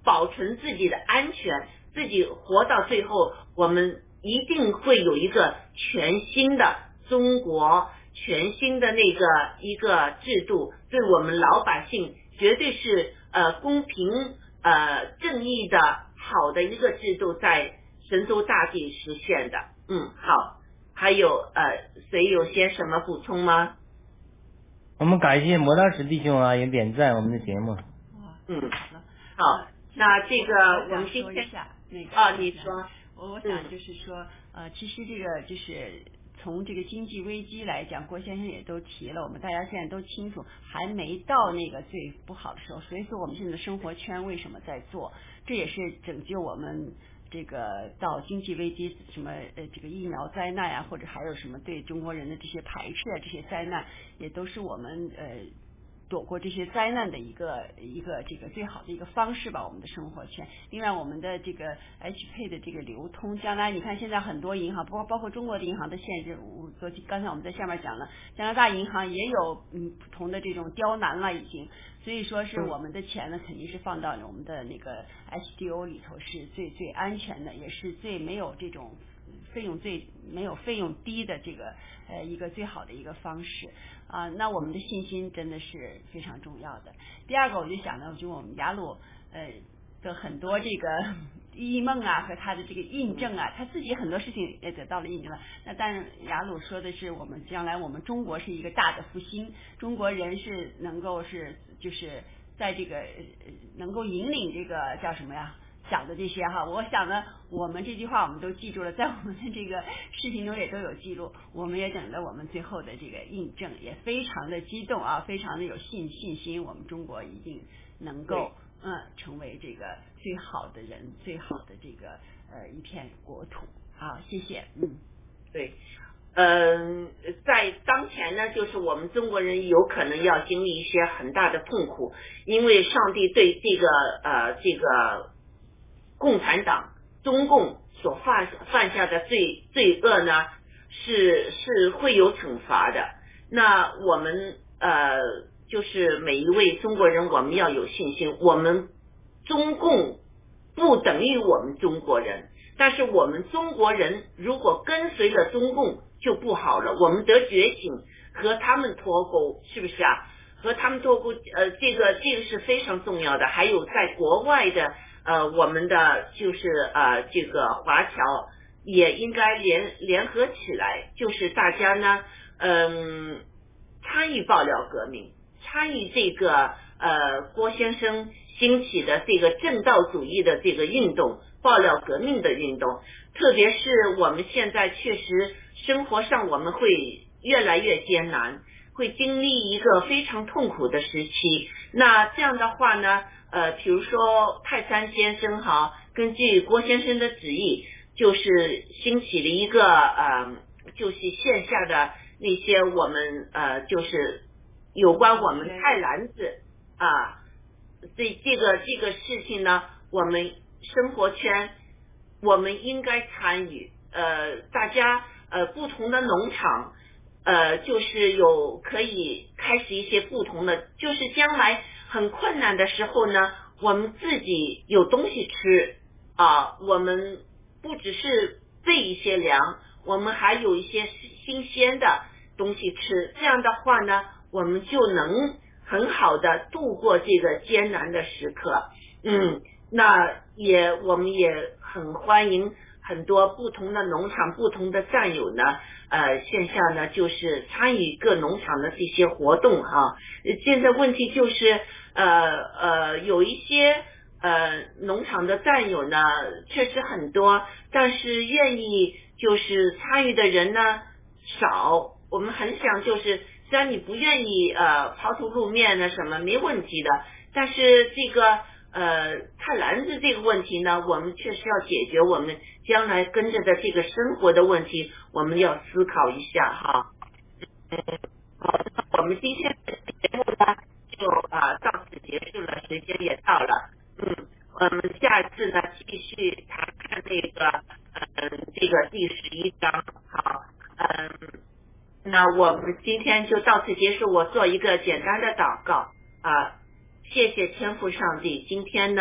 [SPEAKER 2] 保存自己的安全，自己活到最后，我们一定会有一个全新的中国，全新的那个一个制度，对我们老百姓绝对是呃公平呃正义的好的一个制度，在神州大地实现的。嗯，好，还有呃谁有些什么补充吗？
[SPEAKER 1] 我们感谢磨刀石弟兄啊，也点赞我们的节目。
[SPEAKER 2] 嗯，好，那这个我们今天
[SPEAKER 3] 那个
[SPEAKER 2] 啊，你说，
[SPEAKER 3] 我我想就是说，呃，其实这个就是从这个经济危机来讲，郭先生也都提了，我们大家现在都清楚，还没到那个最不好的时候，所以说我们现在的生活圈为什么在做，这也是拯救我们。这个到经济危机什么呃这个疫苗灾难啊，或者还有什么对中国人的这些排斥啊，这些灾难也都是我们呃躲过这些灾难的一个一个这个最好的一个方式吧，我们的生活圈。另外我们的这个 H 配的这个流通，将来你看现在很多银行，包括包括中国的银行的限制，昨刚才我们在下面讲了，加拿大银行也有嗯不同的这种刁难了已经。所以说是我们的钱呢，肯定是放到我们的那个 H D O 里头是最最安全的，也是最没有这种费用最没有费用低的这个呃一个最好的一个方式啊。那我们的信心真的是非常重要的。第二个我就想呢，就我们雅鲁呃的很多这个异梦啊和他的这个印证啊，他自己很多事情也得到了印证了。那但是雅鲁说的是我们将来我们中国是一个大的复兴，中国人是能够是就是在这个能够引领这个叫什么呀讲的这些哈，我想呢我们这句话我们都记住了，在我们的这个视频中也都有记录，我们也等着我们最后的这个印证，也非常的激动啊，非常的有信信心，我们中国一定能够嗯，成为这个最好的人，最好的这个呃一片国土。好，谢谢。嗯，
[SPEAKER 2] 对，嗯、呃，在当前呢，就是我们中国人有可能要经历一些很大的痛苦，因为上帝对这个呃这个共产党中共所犯犯下的罪罪恶呢，是是会有惩罚的。那我们呃。就是每一位中国人，我们要有信心。我们中共不等于我们中国人，但是我们中国人如果跟随了中共就不好了。我们得觉醒，和他们脱钩，是不是啊？和他们脱钩，呃，这个这个是非常重要的。还有在国外的，呃，我们的就是呃这个华侨也应该联联合起来，就是大家呢，嗯，参与爆料革命。参与这个呃郭先生兴起的这个正道主义的这个运动，爆料革命的运动，特别是我们现在确实生活上我们会越来越艰难，会经历一个非常痛苦的时期。那这样的话呢，呃，比如说泰山先生哈，根据郭先生的旨意，就是兴起了一个呃，就是线下的那些我们呃就是。有关我们菜篮子啊，这这个这个事情呢，我们生活圈我们应该参与。呃，大家呃不同的农场，呃，就是有可以开始一些不同的，就是将来很困难的时候呢，我们自己有东西吃啊，我们不只是备一些粮，我们还有一些新鲜的东西吃。这样的话呢，我们就能很好的度过这个艰难的时刻。嗯，那也我们也很欢迎很多不同的农场不同的战友呢，呃，线下呢就是参与各农场的这些活动哈。现在问题就是呃呃有一些呃农场的战友呢确实很多，但是愿意就是参与的人呢少。我们很想就是虽然你不愿意呃抛头露面呢什么没问题的，但是这个呃看篮子这个问题呢，我们确实要解决我们将来跟着的这个生活的问题，我们要思考一下哈。嗯，好，那我们今天的节目呢就啊、呃、到此结束了，时间也到了。嗯，我们下一次呢继续谈看那个嗯、呃、这个第十一章。好，嗯。那我们今天就到此结束，我做一个简单的祷告啊，谢谢天父上帝，今天呢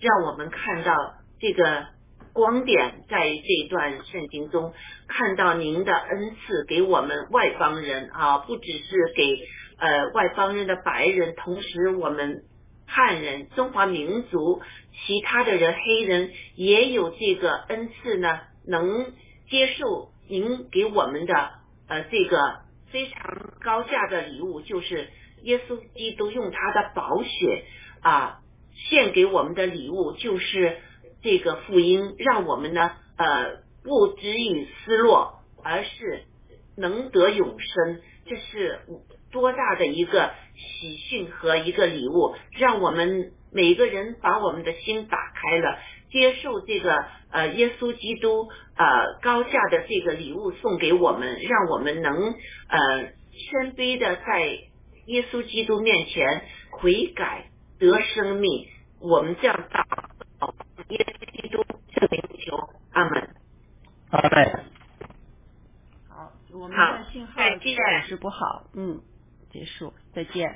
[SPEAKER 2] 让我们看到这个光点，在这段圣经中看到您的恩赐给我们外邦人啊，不只是给呃外邦人的白人，同时我们汉人、中华民族其他的人、黑人也有这个恩赐呢，能接受您给我们的呃这个非常高价的礼物，就是耶稣基督用他的宝血啊献给我们的礼物，就是这个福音，让我们呢呃不至于失落，而是能得永生。这是多大的一个喜讯和一个礼物，让我们每个人把我们的心打开了，接受这个呃耶稣基督呃高价的这个礼物送给我们，让我们能呃谦卑的在耶稣基督面前悔改得生命。我们这样祷告，耶稣基督圣名求，阿门。
[SPEAKER 1] 阿门。
[SPEAKER 3] 好，我们的信号
[SPEAKER 2] 再见
[SPEAKER 3] 总是不好，嗯，结束，再见。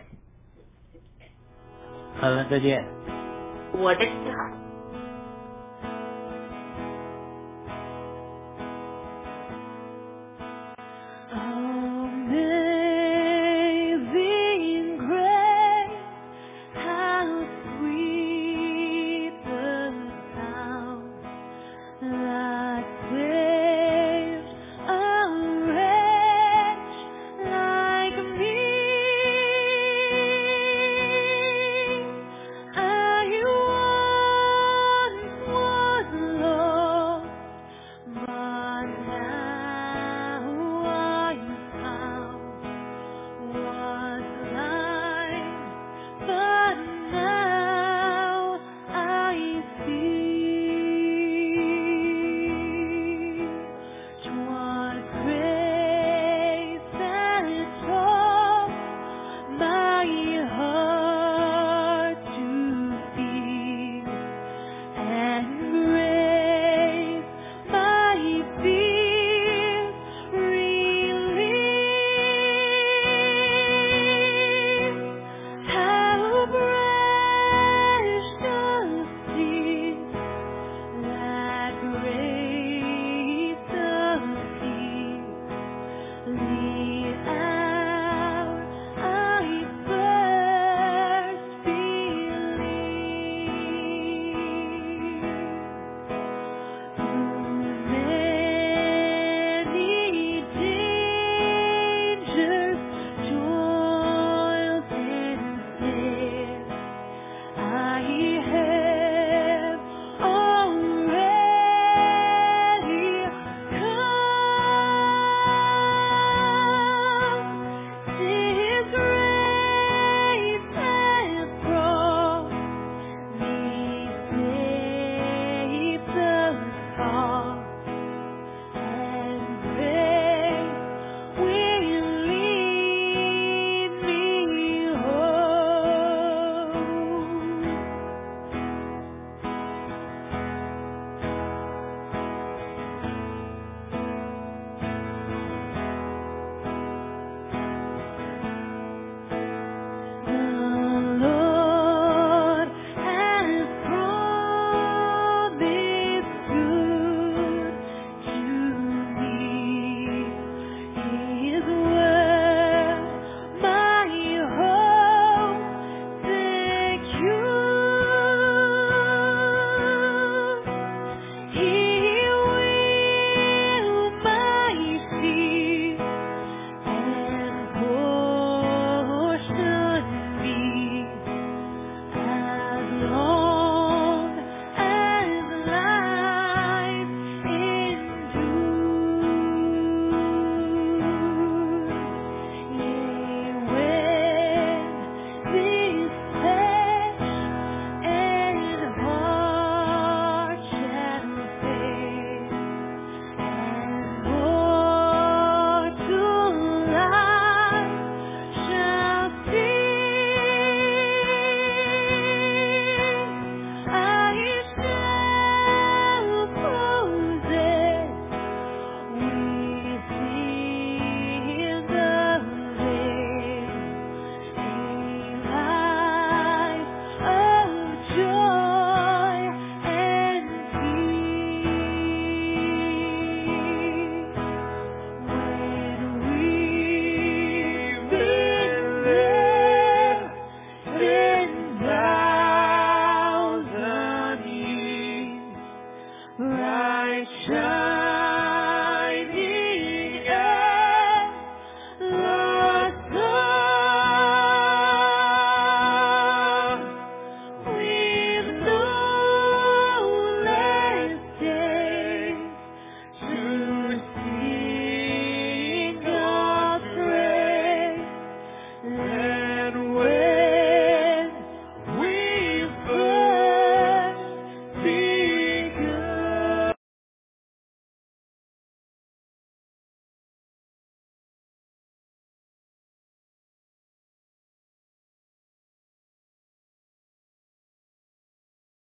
[SPEAKER 1] 好了，再见。
[SPEAKER 2] 我的信号。
[SPEAKER 7] Amazing grace, how sweet the sound that